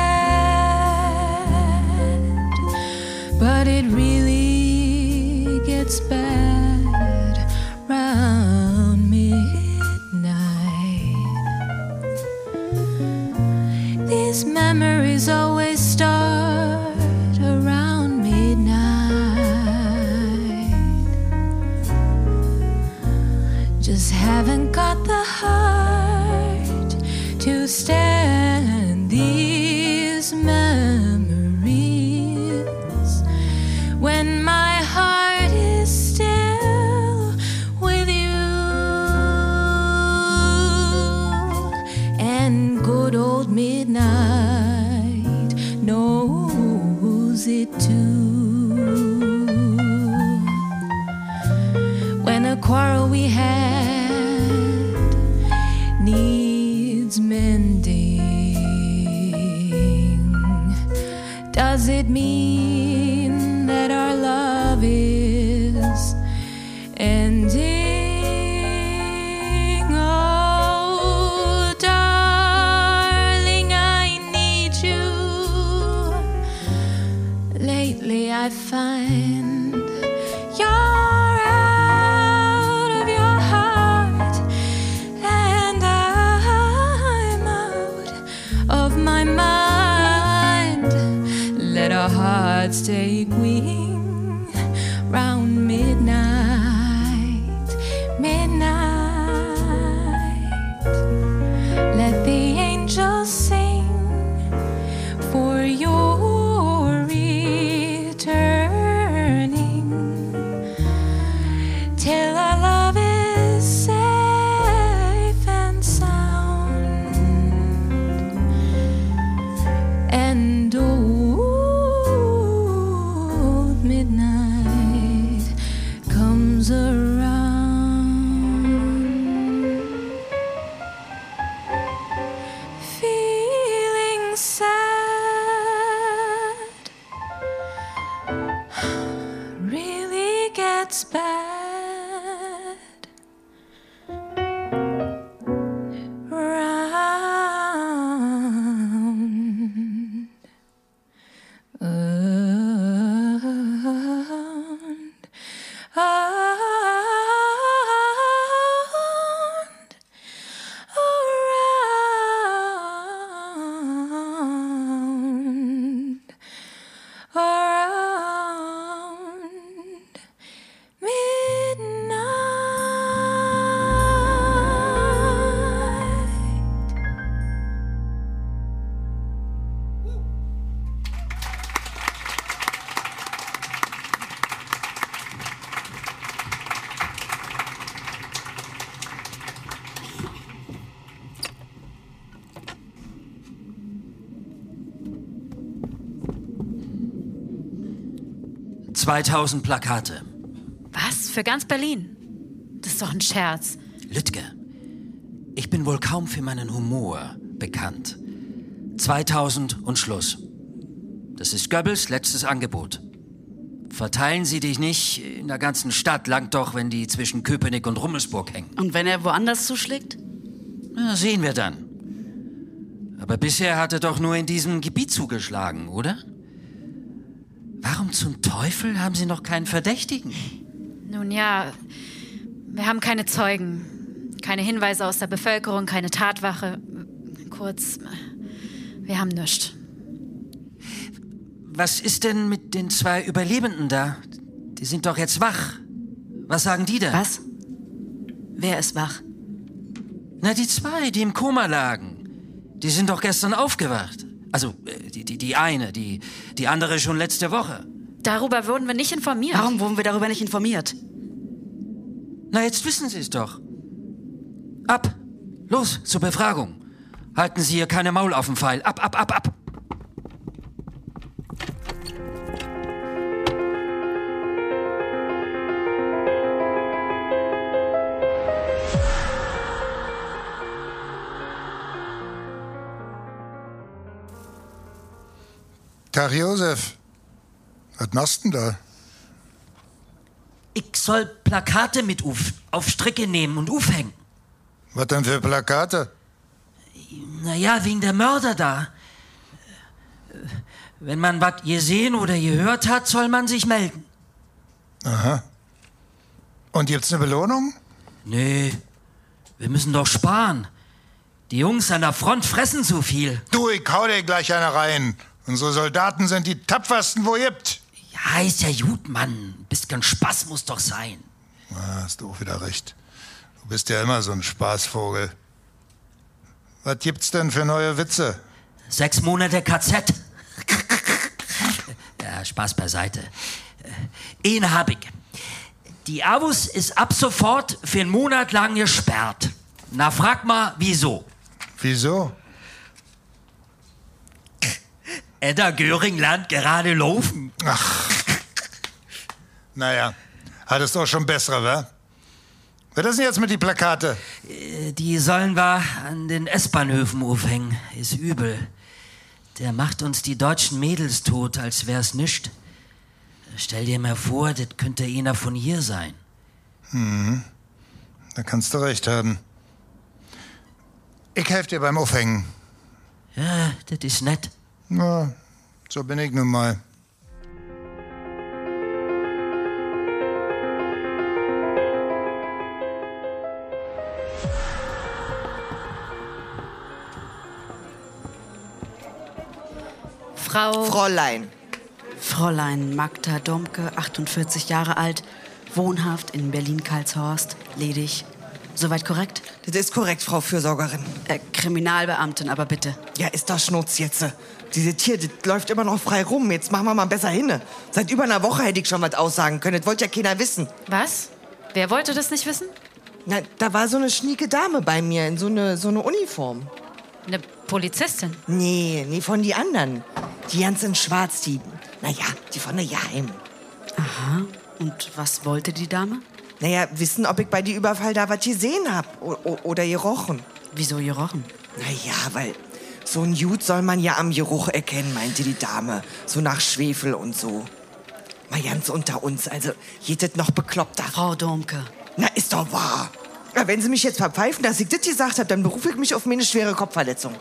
sad, but it really gets bad round midnight. These memories always start around midnight. Just haven't got the heart to stand these memories when my heart is still with you, and good old midnight knows it too. When a quarrel we had needs mending, does it mean that our love is ending? Oh, darling, I need you. Lately I find you're out of your heart, and I'm out of my mind. Let our hearts take wing round midnight, midnight. Let the angels sing for your returning, till our love is safe and sound, and old midnight comes around. Feeling sad really gets bad round, around, around, around midnight. zweitausend Plakate. Was? Für ganz Berlin? Das ist doch ein Scherz. Lütke, ich bin wohl kaum für meinen Humor bekannt. zweitausend und Schluss. Das ist Goebbels letztes Angebot. Verteilen Sie dich nicht in der ganzen Stadt, langt doch, wenn die zwischen Köpenick und Rummelsburg hängen. Und wenn er woanders zuschlägt? Na, sehen wir dann. Aber bisher hat er doch nur in diesem Gebiet zugeschlagen, oder? Warum zum Teufel haben Sie noch keinen Verdächtigen? Nun ja, wir haben keine Zeugen, keine Hinweise aus der Bevölkerung, keine Tatwache. Kurz, wir haben nichts. was ist denn mit den zwei Überlebenden da? Die sind doch jetzt wach. Was sagen die denn? Was? Wer ist wach? Na, die zwei, die im Koma lagen. Die sind doch gestern aufgewacht. Also, die, die, die eine, die, die andere schon letzte Woche. Darüber wurden wir nicht informiert. Warum wurden wir darüber nicht informiert? Na, jetzt wissen Sie es doch. Ab! Los, zur Befragung. Halten Sie hier keine Maul auf den Pfeil. Ab, ab, ab, ab! Tag, Josef. Was machst du denn da? Ich soll Plakate mit auf, auf Stricke nehmen und aufhängen. Was denn für Plakate? Naja, wegen der Mörder da. Wenn man was gesehen oder gehört hat, soll man sich melden. Aha. Und gibt's eine Belohnung? Nee, wir müssen doch sparen. Die Jungs an der Front fressen zu viel. Du, ich hau dir gleich eine rein. Unsere Soldaten sind die tapfersten, wo gibt. Ja, ist ja gut, Mann. Ein bisschen Spaß muss doch sein. Ah, hast du auch wieder recht. Du bist ja immer so ein Spaßvogel. Was gibt's denn für neue Witze? Sechs Monate K Z. Ja, Spaß beiseite. Einen hab ich. Die A W U S ist ab sofort für einen Monat lang gesperrt. Na, frag mal, wieso? Wieso? Edda Göring lernt gerade laufen. Ach. Naja, hattest du auch schon bessere, wa? Was ist denn jetzt mit die Plakate? Die sollen wir an den S-Bahnhöfen aufhängen. Ist übel. Der macht uns die deutschen Mädels tot, als wär's nischt. Stell dir mal vor, das könnte einer von hier sein. Hm, da kannst du recht haben. Ich helfe dir beim Aufhängen. Ja, das ist nett. Na, so bin ich nun mal. Frau... Fräulein. Fräulein Magda Domke, achtundvierzig Jahre alt, wohnhaft in Berlin-Karlshorst, ledig. Soweit korrekt? Das ist korrekt, Frau Fürsorgerin. Äh, Kriminalbeamtin, aber bitte. Ja, ist doch Schnutz jetzt. Diese Tier, das läuft immer noch frei rum. Jetzt machen wir mal besser hin. Seit über einer Woche hätte ich schon was aussagen können. Das wollte ja keiner wissen. Was? Wer wollte das nicht wissen? Na, da war so eine schnieke Dame bei mir in so eine, so eine Uniform. Eine Polizistin? Nee, nee, von die anderen. Die ganz in Schwarz, die, naja, die von der Geheim. Aha. Und was wollte die Dame? Naja, wissen, ob ich bei die Überfall da was gesehen hab. O oder gerochen. Wieso gerochen? Naja, weil so ein Jud soll man ja am Geruch erkennen, meinte die Dame. So nach Schwefel und so. Mal ganz unter uns, also geht das noch bekloppter. Frau Domke. Na, ist doch wahr. Ja, wenn Sie mich jetzt verpfeifen, dass ich das gesagt habe, dann berufe ich mich auf meine schwere Kopfverletzung.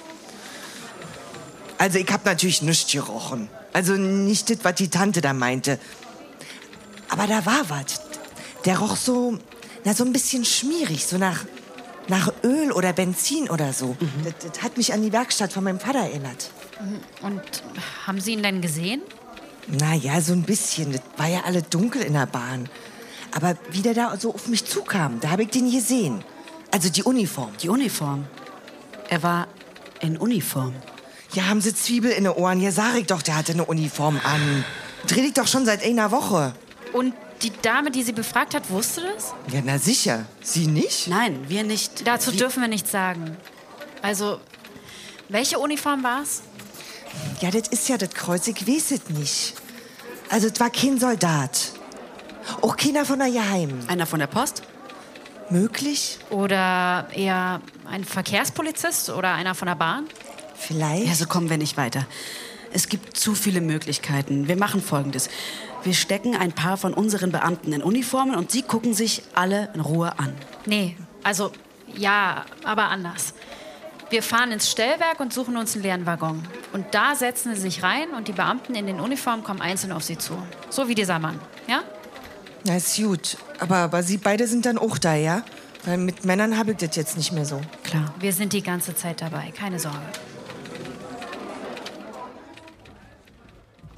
Also ich hab natürlich nichts gerochen. Also nicht das, was die Tante da meinte. Aber da war was. Der roch so, na, so ein bisschen schmierig, so nach, nach Öl oder Benzin oder so. Mhm. Das, das hat mich an die Werkstatt von meinem Vater erinnert. Und haben Sie ihn denn gesehen? Na ja, so ein bisschen. Das war ja alle dunkel in der Bahn. Aber wie der da so auf mich zukam, da habe ich den gesehen. Also die Uniform. Die Uniform? Er war in Uniform? Ja, haben Sie Zwiebel in den Ohren? Ja, sag ich doch, der hatte eine Uniform an. Dreh ich doch schon seit einer Woche. Und die Dame, die Sie befragt hat, wusste das? Ja, na sicher. Sie nicht? Nein, wir nicht. Dazu Wie? dürfen wir nichts sagen. Also, welche Uniform war's? Ja, das ist ja das Kreuz, ich weiß es nicht. Also, es war kein Soldat. Auch keiner von der Geheim. Einer von der Post? Möglich? Oder eher ein Verkehrspolizist oder einer von der Bahn? Vielleicht. Ja, so kommen wir nicht weiter. Es gibt zu viele Möglichkeiten. Wir machen Folgendes. Wir stecken ein paar von unseren Beamten in Uniformen und sie gucken sich alle in Ruhe an. Nee, also ja, aber anders. Wir fahren ins Stellwerk und suchen uns einen leeren Waggon. Und da setzen sie sich rein und die Beamten in den Uniformen kommen einzeln auf sie zu. So wie dieser Mann, ja? Na, ist gut. Aber, aber Sie beide sind dann auch da, ja? Weil mit Männern habe ich das jetzt nicht mehr so. Klar. Wir sind die ganze Zeit dabei, keine Sorge.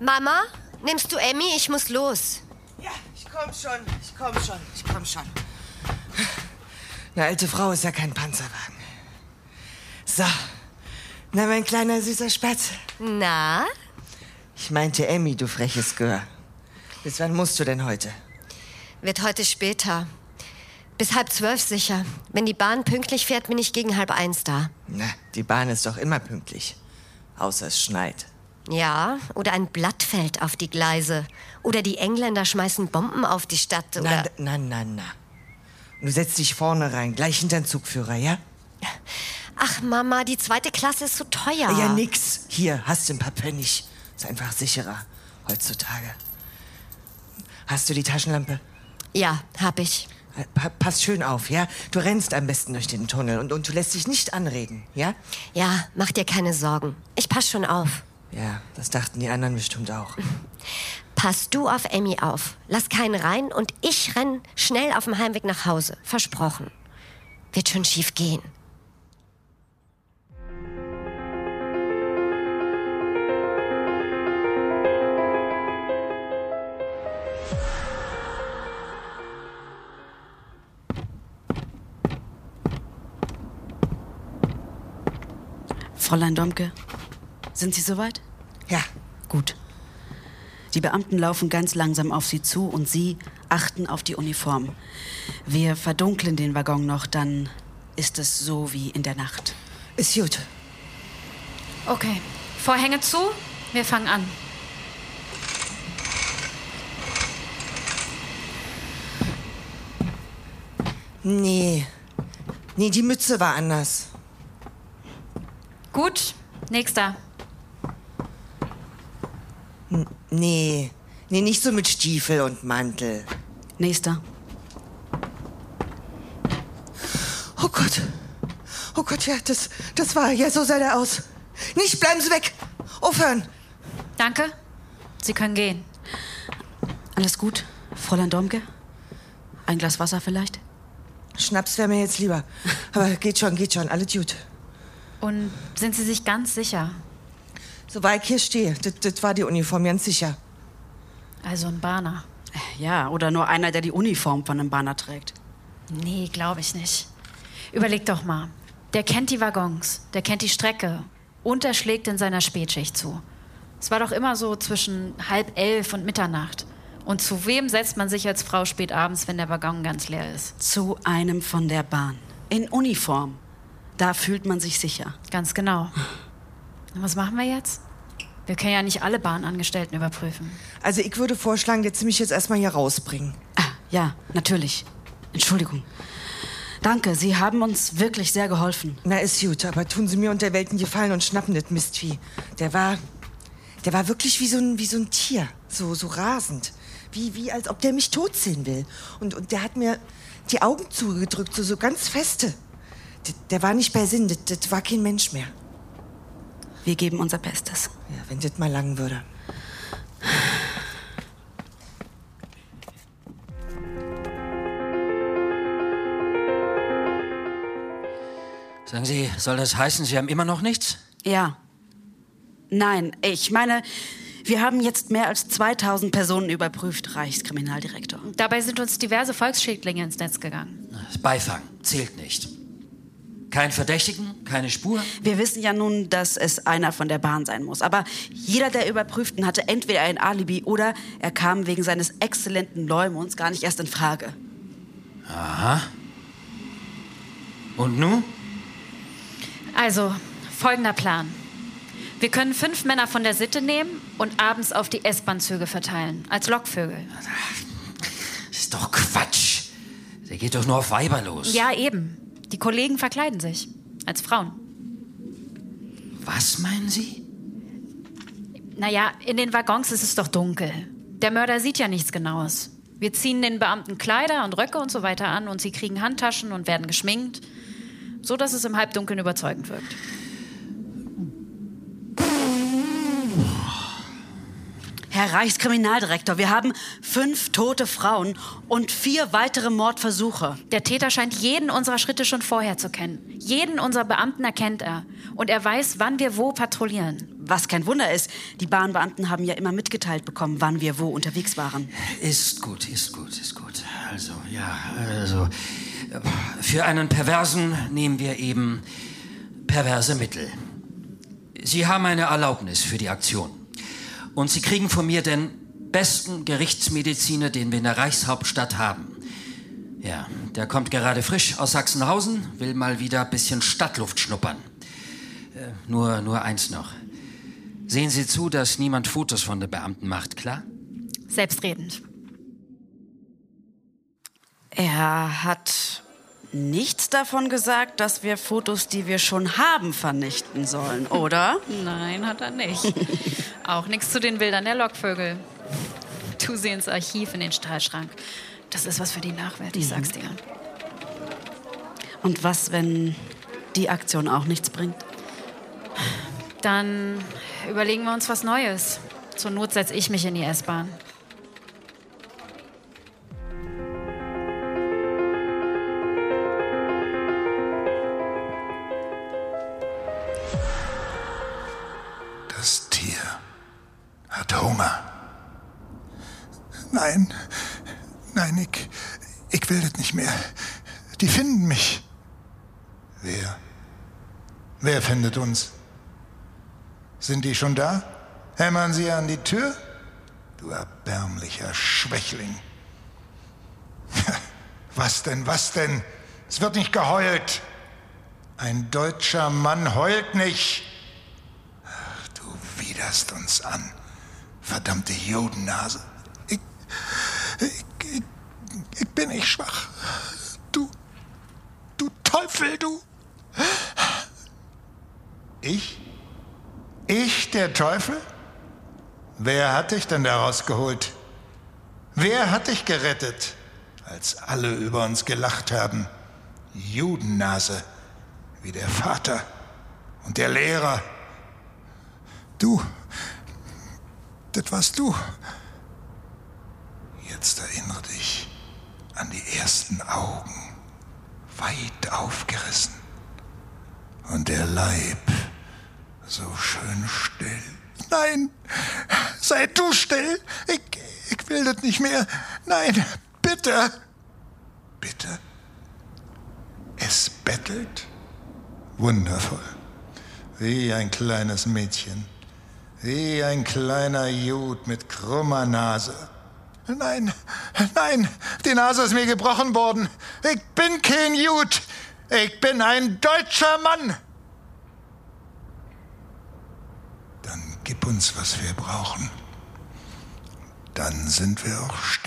Mama, nimmst du Emmy? Ich muss los. Ja, ich komm schon, ich komm schon, ich komm schon. Eine alte Frau ist ja kein Panzerwagen. So, na, mein kleiner süßer Spatz. Na? Ich meinte Emmy, du freches Gör. Bis wann musst du denn heute? Wird heute später. Bis halb zwölf sicher. Wenn die Bahn pünktlich fährt, bin ich gegen halb eins da. Na, die Bahn ist doch immer pünktlich. Außer es schneit. Ja, oder ein Blatt fällt auf die Gleise. Oder die Engländer schmeißen Bomben auf die Stadt. Oder Na, na, na, na. Du setzt dich vorne rein, gleich hinter den Zugführer, ja? Ach, Mama, die zweite Klasse ist so teuer. Ja, nix. Hier, hast du ein paar Pfennig. Ist einfach sicherer heutzutage. Hast du die Taschenlampe? Ja, hab ich. Pa- pass schön auf, ja? Du rennst am besten durch den Tunnel und, und du lässt dich nicht anreden, ja? Ja, mach dir keine Sorgen. Ich pass schon auf. Ja, das dachten die anderen bestimmt auch. Pass du auf Emmy auf. Lass keinen rein und ich renn schnell auf dem Heimweg nach Hause. Versprochen. Wird schon schief gehen. Fräulein Domke, sind Sie soweit? Ja. Gut. Die Beamten laufen ganz langsam auf Sie zu und Sie achten auf die Uniform. Wir verdunkeln den Waggon noch, dann ist es so wie in der Nacht. Ist gut. Okay, Vorhänge zu, wir fangen an. Nee. Nee, die Mütze war anders. Gut, nächster. N- nee. Nee, nicht so mit Stiefel und Mantel. Nächster. Oh Gott. Oh Gott, ja, das, das war, ja, so sah der aus. Nicht, bleiben Sie weg. Aufhören. Danke, Sie können gehen. Alles gut, Fräulein Domke? Ein Glas Wasser vielleicht? Schnaps wäre mir jetzt lieber. Aber geht schon, geht schon, alles gut. Und sind Sie sich ganz sicher? Soweit ich hier stehe, das, das war die Uniform, ganz sicher. Also ein Bahner. Ja, oder nur einer, der die Uniform von einem Bahner trägt. Nee, glaube ich nicht. Überleg doch mal. Der kennt die Waggons, der kennt die Strecke und er schlägt in seiner Spätschicht zu. Es war doch immer so zwischen halb elf und Mitternacht. Und zu wem setzt man sich als Frau spät abends, wenn der Waggon ganz leer ist? Zu einem von der Bahn. In Uniform. Da fühlt man sich sicher. Ganz genau. Und was machen wir jetzt? Wir können ja nicht alle Bahnangestellten überprüfen. Also ich würde vorschlagen, dass Sie mich jetzt erstmal hier rausbringen. Ah, ja, natürlich. Entschuldigung. Danke, Sie haben uns wirklich sehr geholfen. Na, ist gut, aber tun Sie mir und der Welt einen Gefallen und schnappen das Mistvieh. Der war, der war wirklich wie so ein, wie so ein Tier. So, so rasend. Wie, wie als ob der mich tot sehen will. Und, und der hat mir die Augen zugedrückt, so, so ganz feste. Der, der war nicht bei Sinn, das, das war kein Mensch mehr. Wir geben unser Bestes. Ja, wenn das mal lang würde. Sagen Sie, soll das heißen, Sie haben immer noch nichts? Ja. Nein, ich meine, wir haben jetzt mehr als zweitausend Personen überprüft, Reichskriminaldirektor. Dabei sind uns diverse Volksschädlinge ins Netz gegangen. Das Beifang zählt nicht. Kein Verdächtigen, keine Spur? Wir wissen ja nun, dass es einer von der Bahn sein muss. Aber jeder der Überprüften hatte entweder ein Alibi oder er kam wegen seines exzellenten Leumunds gar nicht erst in Frage. Aha. Und nun? Also, folgender Plan. Wir können fünf Männer von der Sitte nehmen und abends auf die S-Bahn-Züge verteilen, als Lockvögel. Das ist doch Quatsch. Der geht doch nur auf Weiber los. Ja, eben. Die Kollegen verkleiden sich. Als Frauen. Was meinen Sie? Naja, in den Waggons ist es doch dunkel. Der Mörder sieht ja nichts Genaues. Wir ziehen den Beamten Kleider und Röcke und so weiter an und sie kriegen Handtaschen und werden geschminkt, so dass es im Halbdunkeln überzeugend wirkt. Herr Reichskriminaldirektor, wir haben fünf tote Frauen und vier weitere Mordversuche. Der Täter scheint jeden unserer Schritte schon vorher zu kennen. Jeden unserer Beamten erkennt er. Und er weiß, wann wir wo patrouillieren. Was kein Wunder ist. Die Bahnbeamten haben ja immer mitgeteilt bekommen, wann wir wo unterwegs waren. Ist gut, ist gut, ist gut. Also, ja, also... Für einen Perversen nehmen wir eben perverse Mittel. Sie haben eine Erlaubnis für die Aktion. Und Sie kriegen von mir den besten Gerichtsmediziner, den wir in der Reichshauptstadt haben. Ja, der kommt gerade frisch aus Sachsenhausen, will mal wieder ein bisschen Stadtluft schnuppern. Äh, nur, nur eins noch. Sehen Sie zu, dass niemand Fotos von den Beamten macht, klar? Selbstredend. Er hat nichts davon gesagt, dass wir Fotos, die wir schon haben, vernichten sollen, oder? Nein, hat er nicht. Auch nichts zu den Bildern der Lockvögel. Tu sie ins Archiv, in den Stahlschrank. Das ist was für die Nachwelt, ich sag's dir. Und was, wenn die Aktion auch nichts bringt? Dann überlegen wir uns was Neues. Zur Not setze ich mich in die S-Bahn. Das Tier hat Hunger. Nein, nein, ich, ich will das nicht mehr. Die finden mich. Wer? Wer findet uns? Sind die schon da? Hämmern sie an die Tür? Du erbärmlicher Schwächling. Was denn, was denn? Es wird nicht geheult. Ein deutscher Mann heult nicht. Ach, du widerst uns an, verdammte Judennase. Ich, ich, ich, ich bin nicht schwach. Du, du Teufel, du. Ich? Ich, der Teufel? Wer hat dich denn da rausgeholt? Wer hat dich gerettet, als alle über uns gelacht haben? Judennase, wie der Vater und der Lehrer. Du, das warst du. Jetzt erinnere dich an die ersten Augen, weit aufgerissen. Und der Leib, so schön still. Nein, sei du still. Ich, ich will das nicht mehr. Nein, bitte. Bitte. Es bettelt. Wundervoll. Wie ein kleines Mädchen. Wie ein kleiner Jud mit krummer Nase. Nein, nein, die Nase ist mir gebrochen worden. Ich bin kein Jud. Ich bin ein deutscher Mann. Dann gib uns, was wir brauchen. Dann sind wir auch still.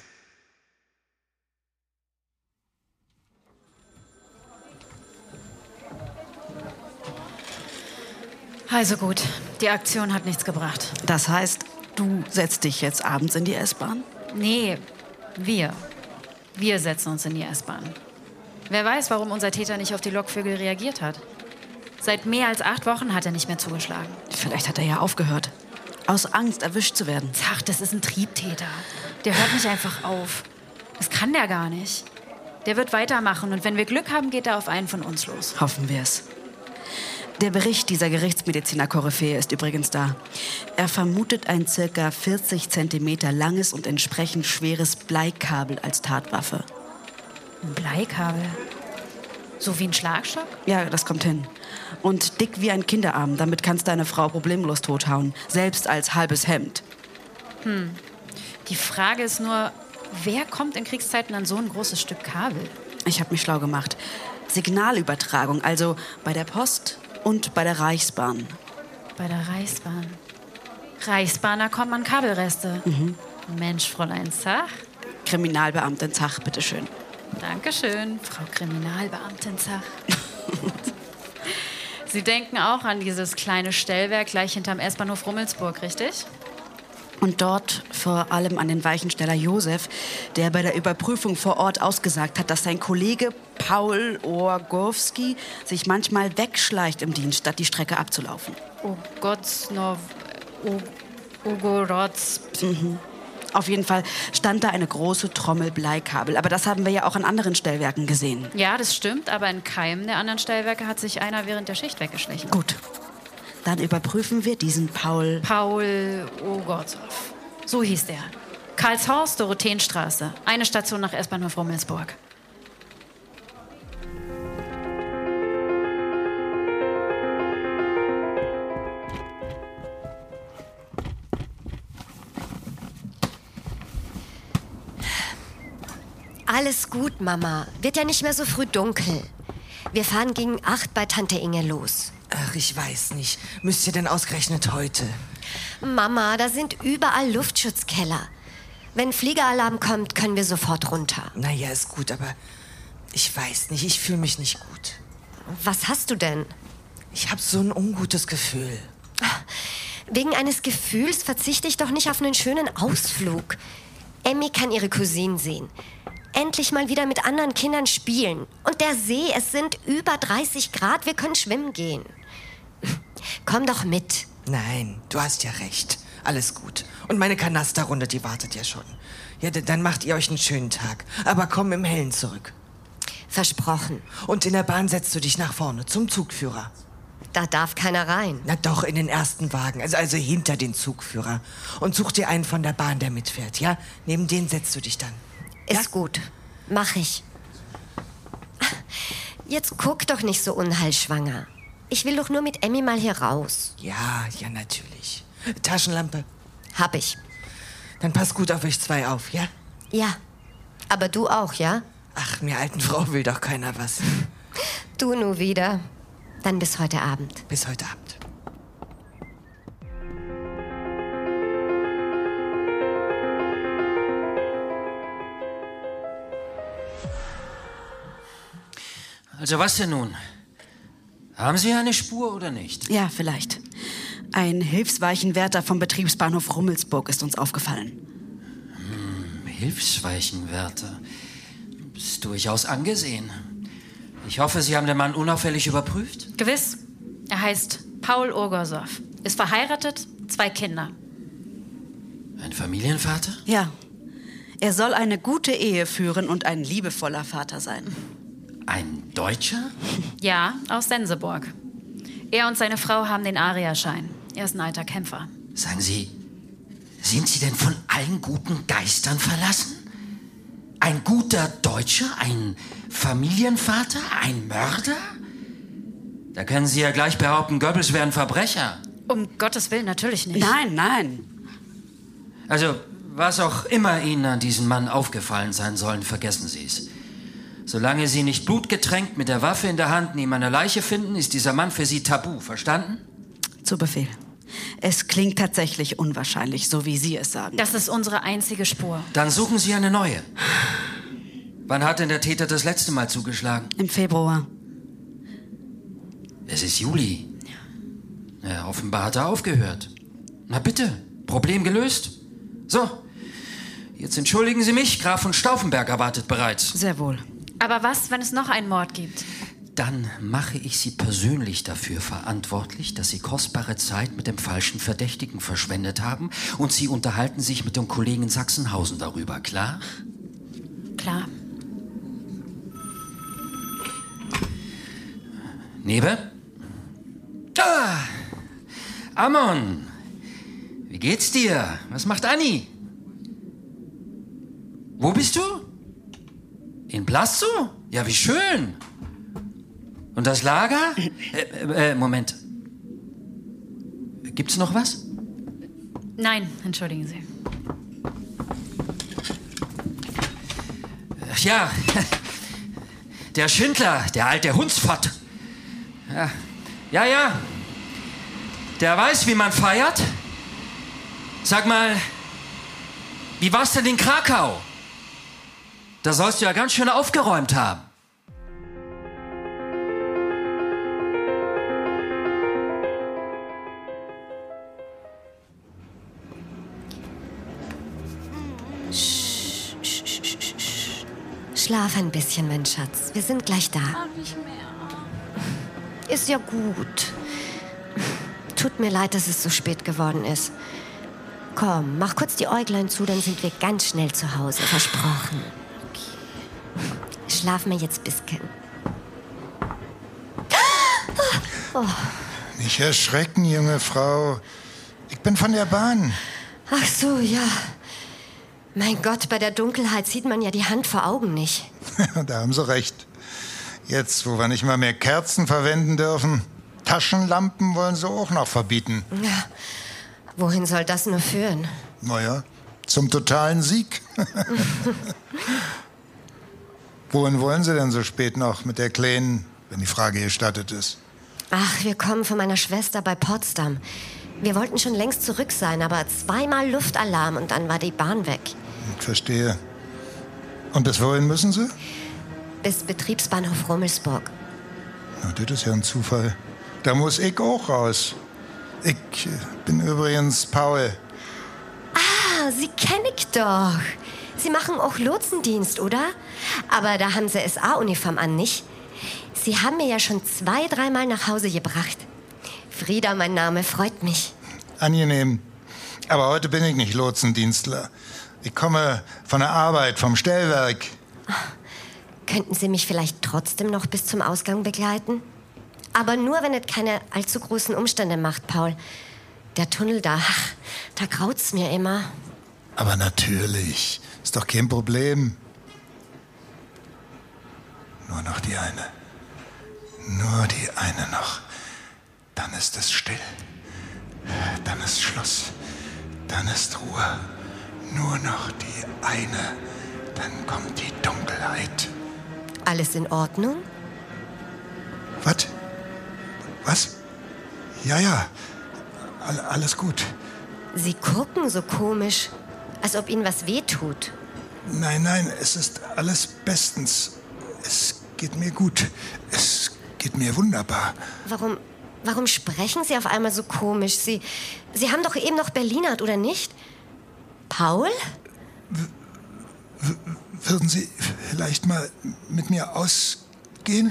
Also gut, die Aktion hat nichts gebracht. Das heißt, du setzt dich jetzt abends in die S-Bahn? Nee, wir. Wir setzen uns in die S-Bahn. Wer weiß, warum unser Täter nicht auf die Lockvögel reagiert hat. Seit mehr als acht Wochen hat er nicht mehr zugeschlagen. Vielleicht hat er ja aufgehört. Aus Angst, erwischt zu werden. Ach, das ist ein Triebtäter. Der hört nicht einfach auf. Das kann der gar nicht. Der wird weitermachen und wenn wir Glück haben, geht er auf einen von uns los. Hoffen wir es. Der Bericht dieser Gerichtsmediziner-Koryphäe ist übrigens da. Er vermutet ein circa vierzig Zentimeter langes und entsprechend schweres Bleikabel als Tatwaffe. Ein Bleikabel? So wie ein Schlagstock? Ja, das kommt hin. Und dick wie ein Kinderarm. Damit kannst deine Frau problemlos tothauen. Selbst als halbes Hemd. Hm. Die Frage ist nur, wer kommt in Kriegszeiten an so ein großes Stück Kabel? Ich habe mich schlau gemacht. Signalübertragung, also bei der Post und bei der Reichsbahn. Bei der Reichsbahn. Reichsbahner kommen an Kabelreste. Mhm. Mensch, Fräulein Zach. Kriminalbeamtin Zach, bitteschön. Dankeschön, Frau Kriminalbeamtin Zach. Sie denken auch an dieses kleine Stellwerk gleich hinterm S-Bahnhof Rummelsburg, richtig? Und dort vor allem an den Weichensteller Josef, der bei der Überprüfung vor Ort ausgesagt hat, dass sein Kollege Paul Orgowski sich manchmal wegschleicht im Dienst, statt die Strecke abzulaufen. Oh Gott, no, oh, Ugorotz. Mhm. Auf jeden Fall stand da eine große Trommel Bleikabel. Aber das haben wir ja auch an anderen Stellwerken gesehen. Ja, das stimmt. Aber in keinem der anderen Stellwerke hat sich einer während der Schicht weggeschlichen. Gut. Dann überprüfen wir diesen Paul... Paul Ogorzow. So hieß der. Karlshorst, Dorotheenstraße. Eine Station nach S-Bahnhof Rummelsburg. Alles gut, Mama. Wird ja nicht mehr so früh dunkel. Wir fahren gegen acht bei Tante Inge los. Ach, ich weiß nicht. Müsst ihr denn ausgerechnet heute? Mama, da sind überall Luftschutzkeller. Wenn Fliegeralarm kommt, können wir sofort runter. Naja, ist gut, aber ich weiß nicht. Ich fühle mich nicht gut. Was hast du denn? Ich habe so ein ungutes Gefühl. Wegen eines Gefühls verzichte ich doch nicht auf einen schönen Ausflug. Emmy kann ihre Cousinen sehen. Endlich mal wieder mit anderen Kindern spielen. Und der See, es sind über dreißig Grad, wir können schwimmen gehen. Komm doch mit. Nein, du hast ja recht. Alles gut. Und meine Kanasterrunde, die wartet ja schon. Ja, dann macht ihr euch einen schönen Tag. Aber komm im Hellen zurück. Versprochen. Und in der Bahn setzt du dich nach vorne zum Zugführer. Da darf keiner rein. Na doch, in den ersten Wagen, also, also hinter den Zugführer. Und such dir einen von der Bahn, der mitfährt, ja? Neben den setzt du dich dann. Ist ja? gut. Mach ich. Jetzt guck doch nicht so unheilschwanger. Ich will doch nur mit Emmy mal hier raus. Ja, ja, natürlich. Taschenlampe? Hab ich. Dann pass gut auf euch zwei auf, ja? Ja. Aber du auch, ja? Ach, mir alten Frau will doch keiner was. Du nur wieder. Dann bis heute Abend. Bis heute Abend. Also was denn nun? Haben Sie eine Spur oder nicht? Ja, vielleicht. Ein Hilfsweichenwärter vom Betriebsbahnhof Rummelsburg ist uns aufgefallen. Hm, Hilfsweichenwärter. Ist durchaus angesehen. Ich hoffe, Sie haben den Mann unauffällig überprüft? Gewiss. Er heißt Paul Ogorzow. Ist verheiratet, zwei Kinder. Ein Familienvater? Ja. Er soll eine gute Ehe führen und ein liebevoller Vater sein. Ein Deutscher? Ja, aus Senseburg. Er und seine Frau haben den Ariaschein. Er ist ein alter Kämpfer. Sagen Sie, sind Sie denn von allen guten Geistern verlassen? Ein guter Deutscher? Ein Familienvater? Ein Mörder? Da können Sie ja gleich behaupten, Goebbels wäre ein Verbrecher. Um Gottes Willen natürlich nicht. Nein, nein. Also, was auch immer Ihnen an diesem Mann aufgefallen sein sollen, vergessen Sie es. Solange Sie nicht blutgetränkt mit der Waffe in der Hand neben einer Leiche finden, ist dieser Mann für Sie tabu. Verstanden? Zu Befehl. Es klingt tatsächlich unwahrscheinlich, so wie Sie es sagen. Das ist unsere einzige Spur. Dann suchen Sie eine neue. Wann hat denn der Täter das letzte Mal zugeschlagen? Im Februar. Es ist Juli. Ja, offenbar hat er aufgehört. Na bitte, Problem gelöst. So, jetzt entschuldigen Sie mich, Graf von Stauffenberg erwartet bereits. Sehr wohl. Aber was, wenn es noch einen Mord gibt? Dann mache ich Sie persönlich dafür verantwortlich, dass Sie kostbare Zeit mit dem falschen Verdächtigen verschwendet haben und Sie unterhalten sich mit dem Kollegen in Sachsenhausen darüber, klar? Klar. Nebe? Ah, Amon, wie geht's dir? Was macht Anni? Wo bist du? In Blasso? Ja, wie schön. Und das Lager? Äh, äh, Moment. Gibt's noch was? Nein, entschuldigen Sie. Ach ja, der Schindler, der alte Hundsfott. Ja, ja, ja. Der weiß, wie man feiert. Sag mal, wie war's denn in Krakau? Da sollst du ja ganz schön aufgeräumt haben. Schlaf ein bisschen, mein Schatz. Wir sind gleich da. Nicht mehr. Ist ja gut. Tut mir leid, dass es so spät geworden ist. Komm, mach kurz die Äuglein zu, dann sind wir ganz schnell zu Hause. Versprochen. Schlafen wir jetzt bisschen. Oh. Nicht erschrecken, junge Frau. Ich bin von der Bahn. Ach so, ja. Mein Gott, bei der Dunkelheit sieht man ja die Hand vor Augen nicht. Da haben Sie recht. Jetzt, wo wir nicht mal mehr Kerzen verwenden dürfen, Taschenlampen wollen Sie auch noch verbieten. Ja, wohin soll das nur führen? Naja, zum totalen Sieg. Wohin wollen Sie denn so spät noch mit der Kleinen, wenn die Frage gestattet ist? Ach, wir kommen von meiner Schwester bei Potsdam. Wir wollten schon längst zurück sein, aber zweimal Luftalarm und dann war die Bahn weg. Ich verstehe. Und bis wohin müssen Sie? Bis Betriebsbahnhof Rummelsburg. Na, das ist ja ein Zufall. Da muss ich auch raus. Ich bin übrigens Paul. Ah, Sie kenne ich doch. Sie machen auch Lotsendienst, oder? Aber da haben Sie S A-Uniform an, nicht? Sie haben mir ja schon zwei, dreimal nach Hause gebracht. Frieda, mein Name, freut mich. Angenehm. Aber heute bin ich nicht Lotsendienstler. Ich komme von der Arbeit, vom Stellwerk. Könnten Sie mich vielleicht trotzdem noch bis zum Ausgang begleiten? Aber nur, wenn es keine allzu großen Umstände macht, Paul. Der Tunnel da, ach, da graut's mir immer. Aber natürlich. Ist doch kein Problem. Nur noch die eine. Nur die eine noch. Dann ist es still. Dann ist Schluss. Dann ist Ruhe. Nur noch die eine. Dann kommt die Dunkelheit. Alles in Ordnung? Was? Was? Ja, ja. All, alles gut. Sie gucken so komisch, als ob Ihnen was wehtut. Nein, nein, es ist alles bestens. Es geht mir gut. Es geht mir wunderbar. Warum, warum sprechen Sie auf einmal so komisch? Sie, Sie haben doch eben noch Berlinert, oder nicht? Paul? W- w- würden Sie vielleicht mal mit mir ausgehen?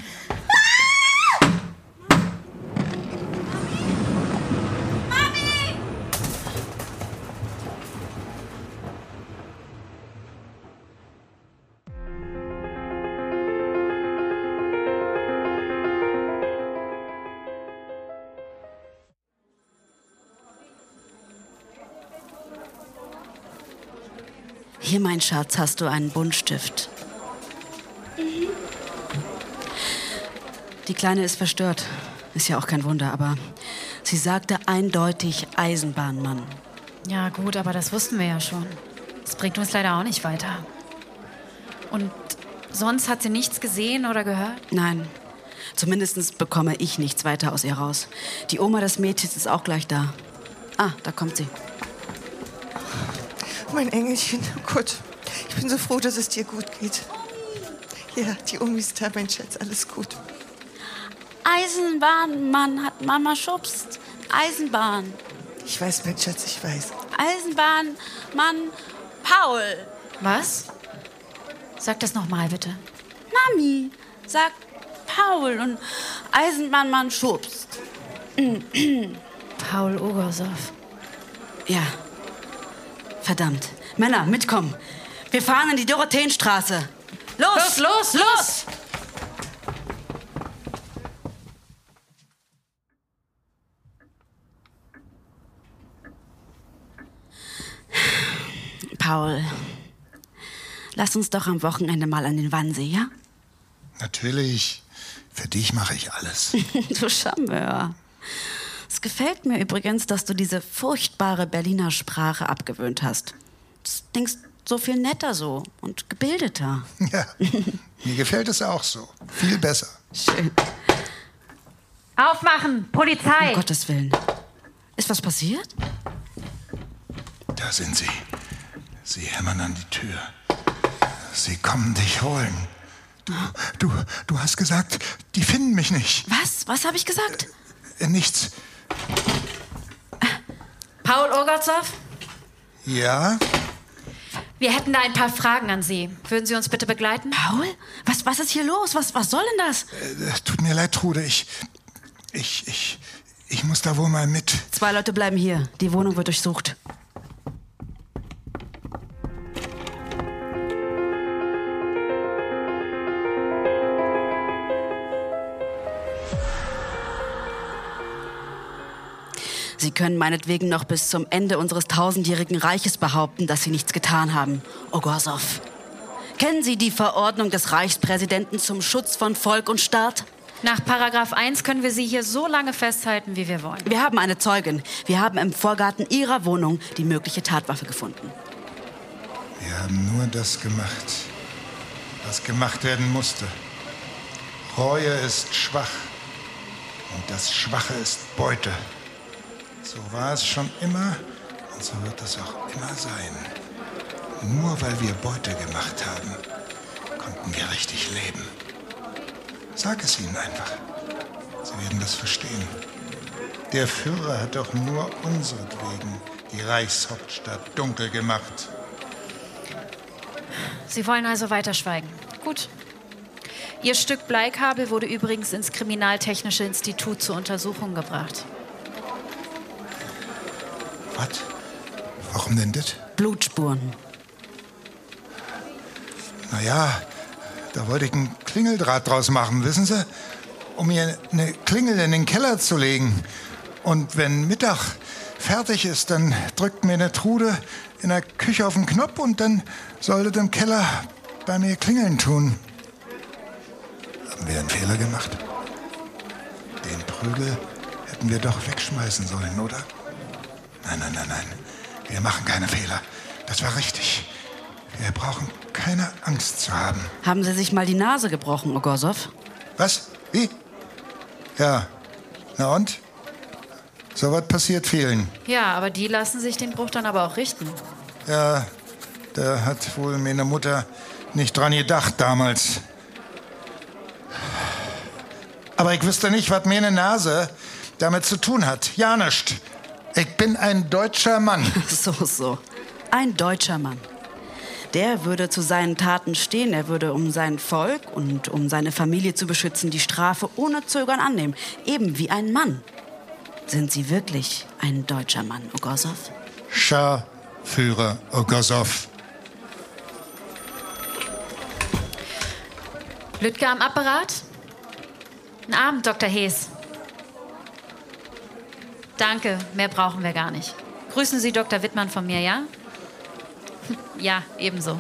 Hier, mein Schatz, hast du einen Buntstift. Mhm. Die Kleine ist verstört. Ist ja auch kein Wunder, aber sie sagte eindeutig Eisenbahnmann. Ja gut, aber das wussten wir ja schon. Das bringt uns leider auch nicht weiter. Und sonst hat sie nichts gesehen oder gehört? Nein, zumindest bekomme ich nichts weiter aus ihr raus. Die Oma des Mädchens ist auch gleich da. Ah, da kommt sie. Mein Engelchen, oh Gott, ich bin so froh, dass es dir gut geht. Ja, die Omi ist da, mein Schatz, alles gut. Eisenbahnmann hat Mama schubst. Eisenbahn. Ich weiß, mein Schatz, ich weiß. Eisenbahnmann Paul. Was? Sag das nochmal, bitte. Mami, sagt Paul und Eisenbahnmann schubst. Paul Ogersow. Ja. Verdammt. Männer, mitkommen. Wir fahren in die Dorotheenstraße. Los, los, los! los. Paul, lass uns doch am Wochenende mal an den Wannsee, ja? Natürlich. Für dich mache ich alles. Du Charmeur. Es gefällt mir übrigens, dass du diese furchtbare Berliner Sprache abgewöhnt hast. Du denkst so viel netter so und gebildeter. Ja, mir gefällt es auch so. Viel besser. Schön. Aufmachen! Polizei! Um Gottes Willen. Ist was passiert? Da sind sie. Sie hämmern an die Tür. Sie kommen dich holen. Du, du, du hast gesagt, die finden mich nicht. Was? Was habe ich gesagt? Äh, nichts. Paul Ogersow? Ja? Wir hätten da ein paar Fragen an Sie. Würden Sie uns bitte begleiten? Paul? Was, was ist hier los? Was, was soll denn das? Äh, tut mir leid, Trude. Ich, ich, ich, ich muss da wohl mal mit. Zwei Leute bleiben hier. Die Wohnung wird durchsucht. Sie können meinetwegen noch bis zum Ende unseres tausendjährigen Reiches behaupten, dass Sie nichts getan haben, Ogorzow. Kennen Sie die Verordnung des Reichspräsidenten zum Schutz von Volk und Staat? Nach Paragraph eins können wir Sie hier so lange festhalten, wie wir wollen. Wir haben eine Zeugin. Wir haben im Vorgarten Ihrer Wohnung die mögliche Tatwaffe gefunden. Wir haben nur das gemacht, was gemacht werden musste. Reue ist schwach und das Schwache ist Beute. So war es schon immer und so wird es auch immer sein. Nur weil wir Beute gemacht haben, konnten wir richtig leben. Sag es ihnen einfach. Sie werden das verstehen. Der Führer hat doch nur unseretwegen die Reichshauptstadt dunkel gemacht. Sie wollen also weiterschweigen. Gut. Ihr Stück Bleikabel wurde übrigens ins Kriminaltechnische Institut zur Untersuchung gebracht. Was? Warum denn das? Blutspuren. Naja, da wollte ich einen Klingeldraht draus machen, wissen Sie? Um mir eine Klingel in den Keller zu legen. Und wenn Mittag fertig ist, dann drückt mir eine Trude in der Küche auf den Knopf und dann soll das im Keller bei mir klingeln tun. Haben wir einen Fehler gemacht? Den Prügel hätten wir doch wegschmeißen sollen, oder? Nein, nein, nein, nein. Wir machen keine Fehler. Das war richtig. Wir brauchen keine Angst zu haben. Haben Sie sich mal die Nase gebrochen, Ogorzow? Was? Wie? Ja. Na und? So was passiert vielen. Ja, aber die lassen sich den Bruch dann aber auch richten. Ja, da hat wohl meine Mutter nicht dran gedacht damals. Aber ich wüsste nicht, was meine Nase damit zu tun hat. Ja, nicht. Ich bin ein deutscher Mann. So, so. Ein deutscher Mann. Der würde zu seinen Taten stehen. Er würde, um sein Volk und um seine Familie zu beschützen, die Strafe ohne Zögern annehmen. Eben wie ein Mann. Sind Sie wirklich ein deutscher Mann, Ogorzow? Scharführer Ogorzow. Lüdke am Apparat? Guten Abend, Doktor Hees. Danke, mehr brauchen wir gar nicht. Grüßen Sie Doktor Wittmann von mir, ja? Ja, ebenso.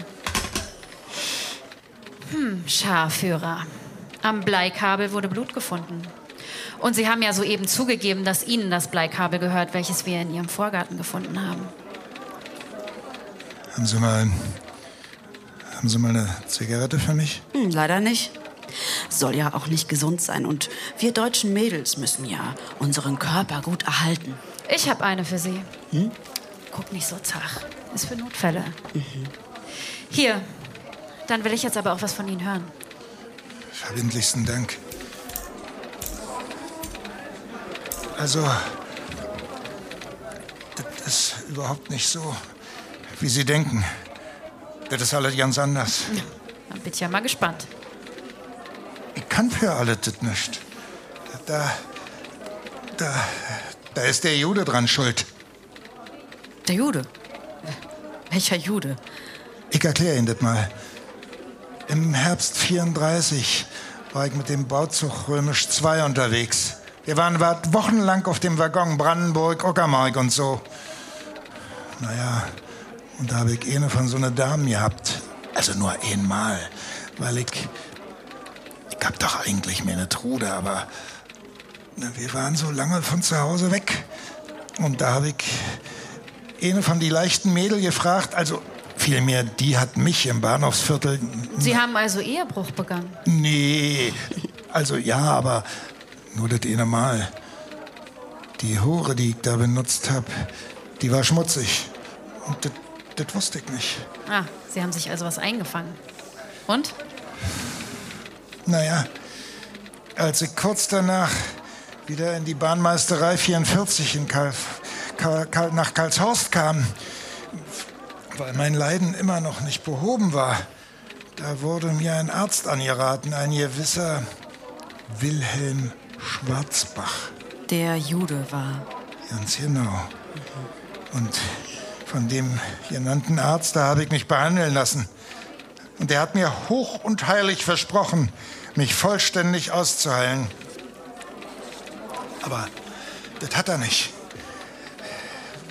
Hm, Scharführer. Am Bleikabel wurde Blut gefunden. Und Sie haben ja soeben zugegeben, dass Ihnen das Bleikabel gehört, welches wir in Ihrem Vorgarten gefunden haben. Haben Sie mal, haben Sie mal eine Zigarette für mich? Hm, leider nicht. Soll ja auch nicht gesund sein. Und wir deutschen Mädels müssen ja unseren Körper gut erhalten. Ich habe eine für Sie. Hm? Guck nicht so zach. Ist für Notfälle. Mhm. Hier. Dann will ich jetzt aber auch was von Ihnen hören. Verbindlichsten Dank. Also, das ist überhaupt nicht so, wie Sie denken. Das ist alles ganz anders. Ja, dann bin ich ja mal gespannt. Ich kann für alles das nicht. Da, da, da ist der Jude dran schuld. Der Jude? Welcher Jude? Ich erkläre Ihnen das mal. Im Herbst vierunddreißig war ich mit dem Bauzug Römisch zwei unterwegs. Wir waren wochenlang auf dem Waggon Brandenburg, Uckermark und so. Naja, und da habe ich eine von so einer Dame gehabt. Also nur einmal, weil ich... Ich hab doch eigentlich mehr eine Trude, aber na, wir waren so lange von zu Hause weg. Und da habe ich eine von die leichten Mädel gefragt, also vielmehr, die hat mich im Bahnhofsviertel... Sie haben also Ehebruch begangen? Nee, also ja, aber nur das eine Mal. Die Hure, die ich da benutzt habe, die war schmutzig. Und das, das wusste ich nicht. Ah, Sie haben sich also was eingefangen. Und? Naja, als ich kurz danach wieder in die Bahnmeisterei vierundvierzig in Karl, Karl, Karl, nach Karlshorst kam, weil mein Leiden immer noch nicht behoben war, da wurde mir ein Arzt angeraten, ein gewisser Wilhelm Schwarzbach. Der Jude war. Ganz genau. Mhm. Und von dem genannten Arzt, da habe ich mich behandeln lassen. Und er hat mir hoch und heilig versprochen, mich vollständig auszuheilen. Aber das hat er nicht.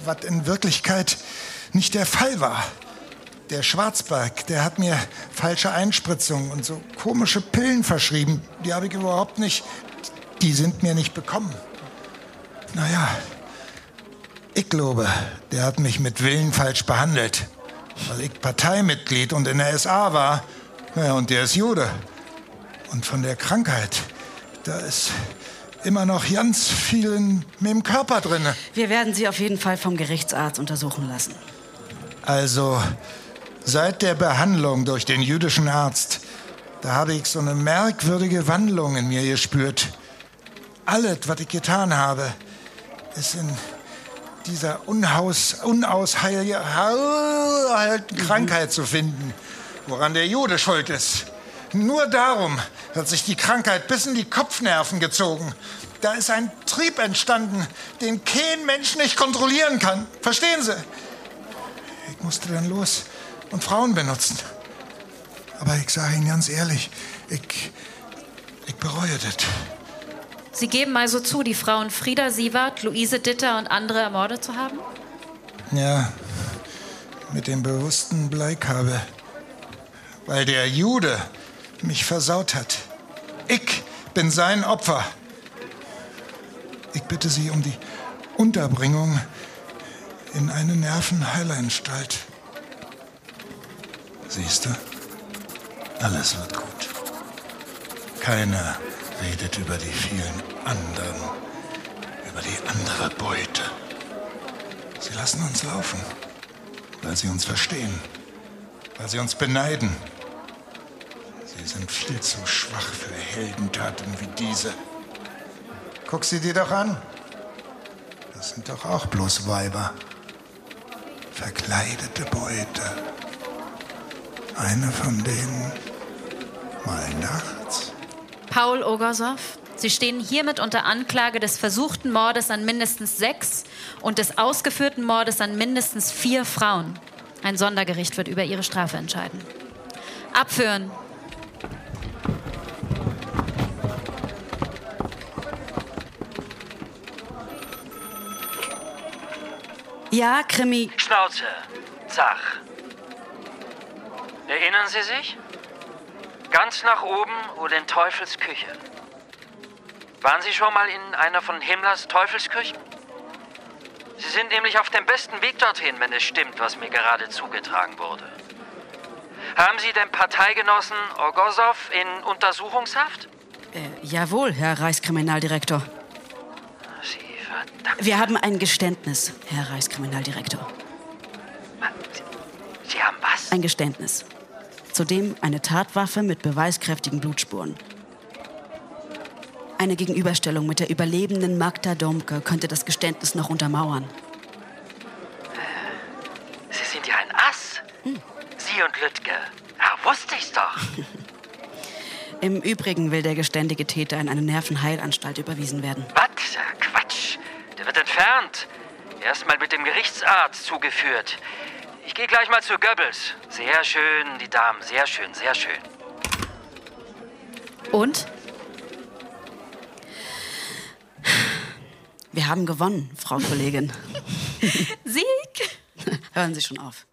was in Wirklichkeit nicht der Fall war. Der Schwarzberg, der hat mir falsche Einspritzungen und so komische Pillen verschrieben. Die habe ich überhaupt nicht, die sind mir nicht bekommen. Naja, ich glaube, der hat mich mit Willen falsch behandelt. Weil ich Parteimitglied und in der S A war. Naja, und der ist Jude. Und von der Krankheit, da ist immer noch ganz viel in meinem Körper drin. Wir werden Sie auf jeden Fall vom Gerichtsarzt untersuchen lassen. Also, seit der Behandlung durch den jüdischen Arzt, da habe ich so eine merkwürdige Wandlung in mir gespürt. Alles, was ich getan habe, ist in dieser unhaus, unausheilbaren Krankheit zu finden, woran der Jude schuld ist. Nur darum hat sich die Krankheit bis in die Kopfnerven gezogen. Da ist ein Trieb entstanden, den kein Mensch nicht kontrollieren kann. Verstehen Sie? Ich musste dann los und Frauen benutzen. Aber ich sage Ihnen ganz ehrlich, ich, ich bereue das. Sie geben also zu, die Frauen Frieda Siewert, Luise Ditter und andere ermordet zu haben? Ja, mit dem bewussten Bleikarbe. Weil der Jude mich versaut hat. Ich bin sein Opfer. Ich bitte Sie um die Unterbringung in eine Nervenheilanstalt. Siehst du? Alles wird gut. Keiner redet über die vielen anderen, über die andere Beute. Sie lassen uns laufen, weil sie uns verstehen, weil sie uns beneiden. Sie sind viel zu schwach für Heldentaten wie diese. Guck sie dir doch an. Das sind doch auch bloß Weiber. Verkleidete Beute. Eine von denen mal nachts. Paul Ogasow, Sie stehen hiermit unter Anklage des versuchten Mordes an mindestens sechs und des ausgeführten Mordes an mindestens vier Frauen. Ein Sondergericht wird über Ihre Strafe entscheiden. Abführen. Ja, Krimi. Schnauze. Zach. Erinnern Sie sich? Ganz nach oben oder in Teufels Küche. Waren Sie schon mal in einer von Himmlers Teufelsküchen? Sie sind nämlich auf dem besten Weg dorthin, wenn es stimmt, was mir gerade zugetragen wurde. Haben Sie den Parteigenossen Ogasow in Untersuchungshaft? Äh, jawohl, Herr Reichskriminaldirektor. Sie verdammt. Wir haben ein Geständnis, Herr Reichskriminaldirektor. Sie, Sie haben was? Ein Geständnis. Zudem eine Tatwaffe mit beweiskräftigen Blutspuren. Eine Gegenüberstellung mit der überlebenden Magda Domke könnte das Geständnis noch untermauern. Sie sind ja ein Ass. Hm. Sie und Lütke. Ja, wusste ich's doch. Im Übrigen will der geständige Täter in eine Nervenheilanstalt überwiesen werden. Was? Quatsch. Der wird entfernt. Erstmal mit dem Gerichtsarzt zugeführt. Ich gehe gleich mal zu Goebbels. Sehr schön, die Damen. Sehr schön, sehr schön. Und? Wir haben gewonnen, Frau Kollegin. Sieg! Hören Sie schon auf.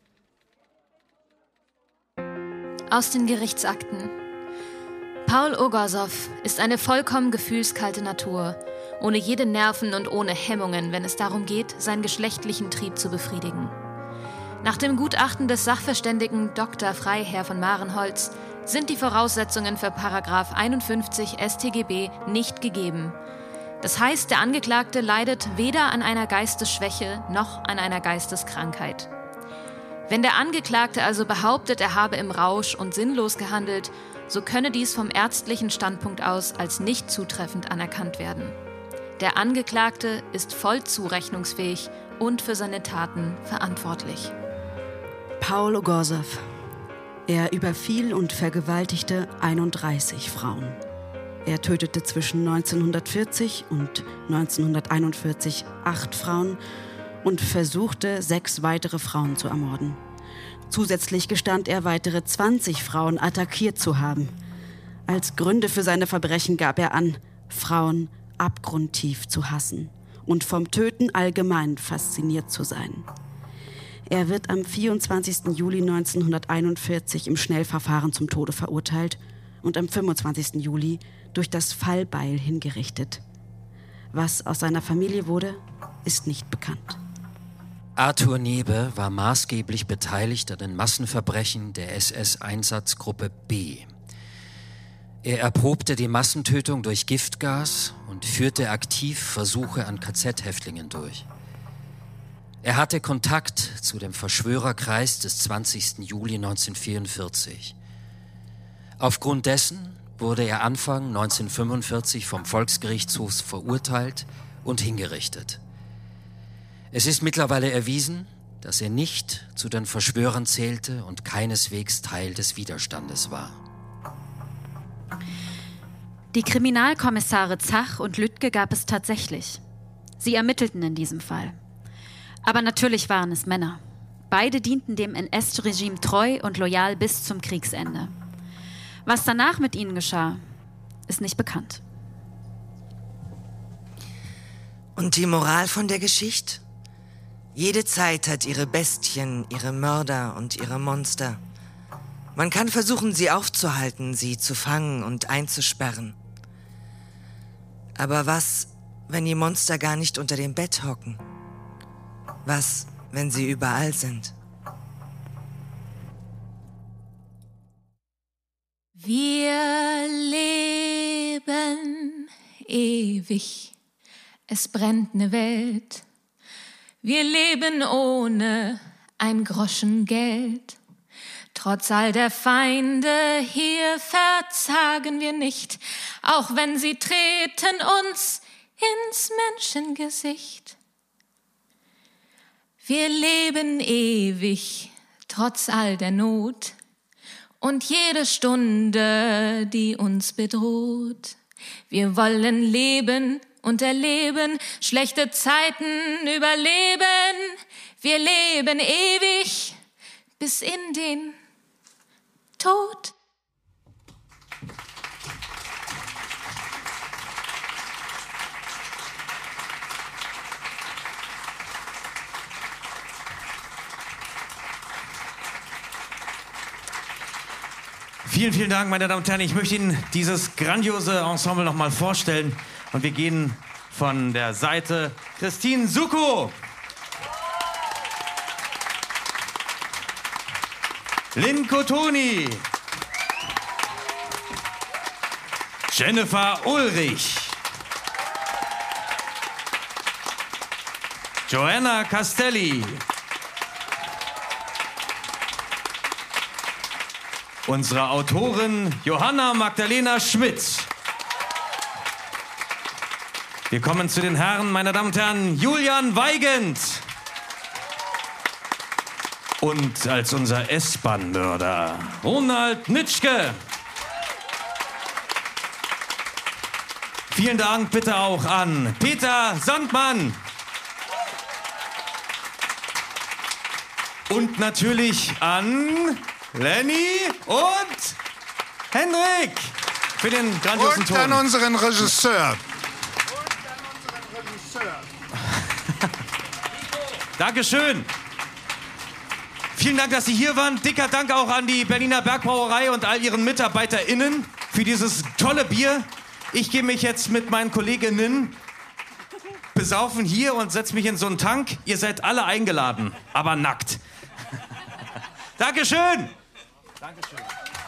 Aus den Gerichtsakten. Paul Ogasow ist eine vollkommen gefühlskalte Natur, ohne jede Nerven und ohne Hemmungen, wenn es darum geht, seinen geschlechtlichen Trieb zu befriedigen. Nach dem Gutachten des Sachverständigen Doktor Freiherr von Marenholz sind die Voraussetzungen für Paragraph einundfünfzig S t G B nicht gegeben. Das heißt, der Angeklagte leidet weder an einer Geistesschwäche noch an einer Geisteskrankheit. Wenn der Angeklagte also behauptet, er habe im Rausch und sinnlos gehandelt, so könne dies vom ärztlichen Standpunkt aus als nicht zutreffend anerkannt werden. Der Angeklagte ist voll zurechnungsfähig und für seine Taten verantwortlich. Paul Ogasow. Er überfiel und vergewaltigte einunddreißig Frauen. Er tötete zwischen neunzehnhundertvierzig und neunzehnhunderteinundvierzig acht Frauen und versuchte, sechs weitere Frauen zu ermorden. Zusätzlich gestand er, weitere zwanzig Frauen attackiert zu haben. Als Gründe für seine Verbrechen gab er an, Frauen abgrundtief zu hassen und vom Töten allgemein fasziniert zu sein. Er wird am vierundzwanzigsten Juli neunzehnhunderteinundvierzig im Schnellverfahren zum Tode verurteilt und am fünfundzwanzigsten Juli durch das Fallbeil hingerichtet. Was aus seiner Familie wurde, ist nicht bekannt. Arthur Nebe war maßgeblich beteiligt an den Massenverbrechen der S S-Einsatzgruppe B. Er erprobte die Massentötung durch Giftgas und führte aktiv Versuche an K Z-Häftlingen durch. Er hatte Kontakt zu dem Verschwörerkreis des zwanzigsten Juli neunzehnhundertvierundvierzig. Aufgrund dessen wurde er Anfang neunzehnhundertfünfundvierzig vom Volksgerichtshof verurteilt und hingerichtet. Es ist mittlerweile erwiesen, dass er nicht zu den Verschwörern zählte und keineswegs Teil des Widerstandes war. Die Kriminalkommissare Zach und Lüttke gab es tatsächlich. Sie ermittelten in diesem Fall. Aber natürlich waren es Männer. Beide dienten dem N S-Regime treu und loyal bis zum Kriegsende. Was danach mit ihnen geschah, ist nicht bekannt. Und die Moral von der Geschichte? Jede Zeit hat ihre Bestien, ihre Mörder und ihre Monster. Man kann versuchen, sie aufzuhalten, sie zu fangen und einzusperren. Aber was, wenn die Monster gar nicht unter dem Bett hocken? Was, wenn sie überall sind? Wir leben ewig, es brennt ne Welt. Wir leben ohne ein Groschen Geld. Trotz all der Feinde hier verzagen wir nicht, auch wenn sie treten uns ins Menschengesicht. Wir leben ewig, trotz all der Not und jede Stunde, die uns bedroht. Wir wollen leben und erleben, schlechte Zeiten überleben. Wir leben ewig bis in den Tod. Vielen, vielen Dank, meine Damen und Herren. Ich möchte Ihnen dieses grandiose Ensemble noch mal vorstellen. Und wir gehen von der Seite Christine Suko, Lynn Cotoni, Jennifer Ulrich, Joanna Castelli, unsere Autorin Johanna Magdalena Schmidt. Wir kommen zu den Herren, meine Damen und Herren, Julian Weigand. Und als unser S-Bahn-Mörder Ronald Nitschke. Vielen Dank bitte auch an Peter Sandmann. Und natürlich an Lenny und Hendrik für den grandiosen Und Ton. an unseren Regisseur. Dankeschön. Vielen Dank, dass Sie hier waren. Dicker Dank auch an die Berliner Bergbrauerei und all ihren MitarbeiterInnen für dieses tolle Bier. Ich gehe mich jetzt mit meinen Kolleginnen besaufen hier und setze mich in so einen Tank. Ihr seid alle eingeladen, aber nackt. Dankeschön. Dankeschön.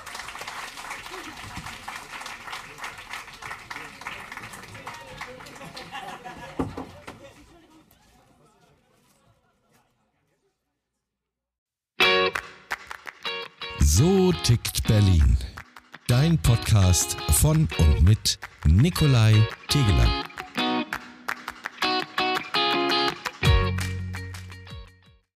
So tickt Berlin. Dein Podcast von und mit Nikolai Tegeler.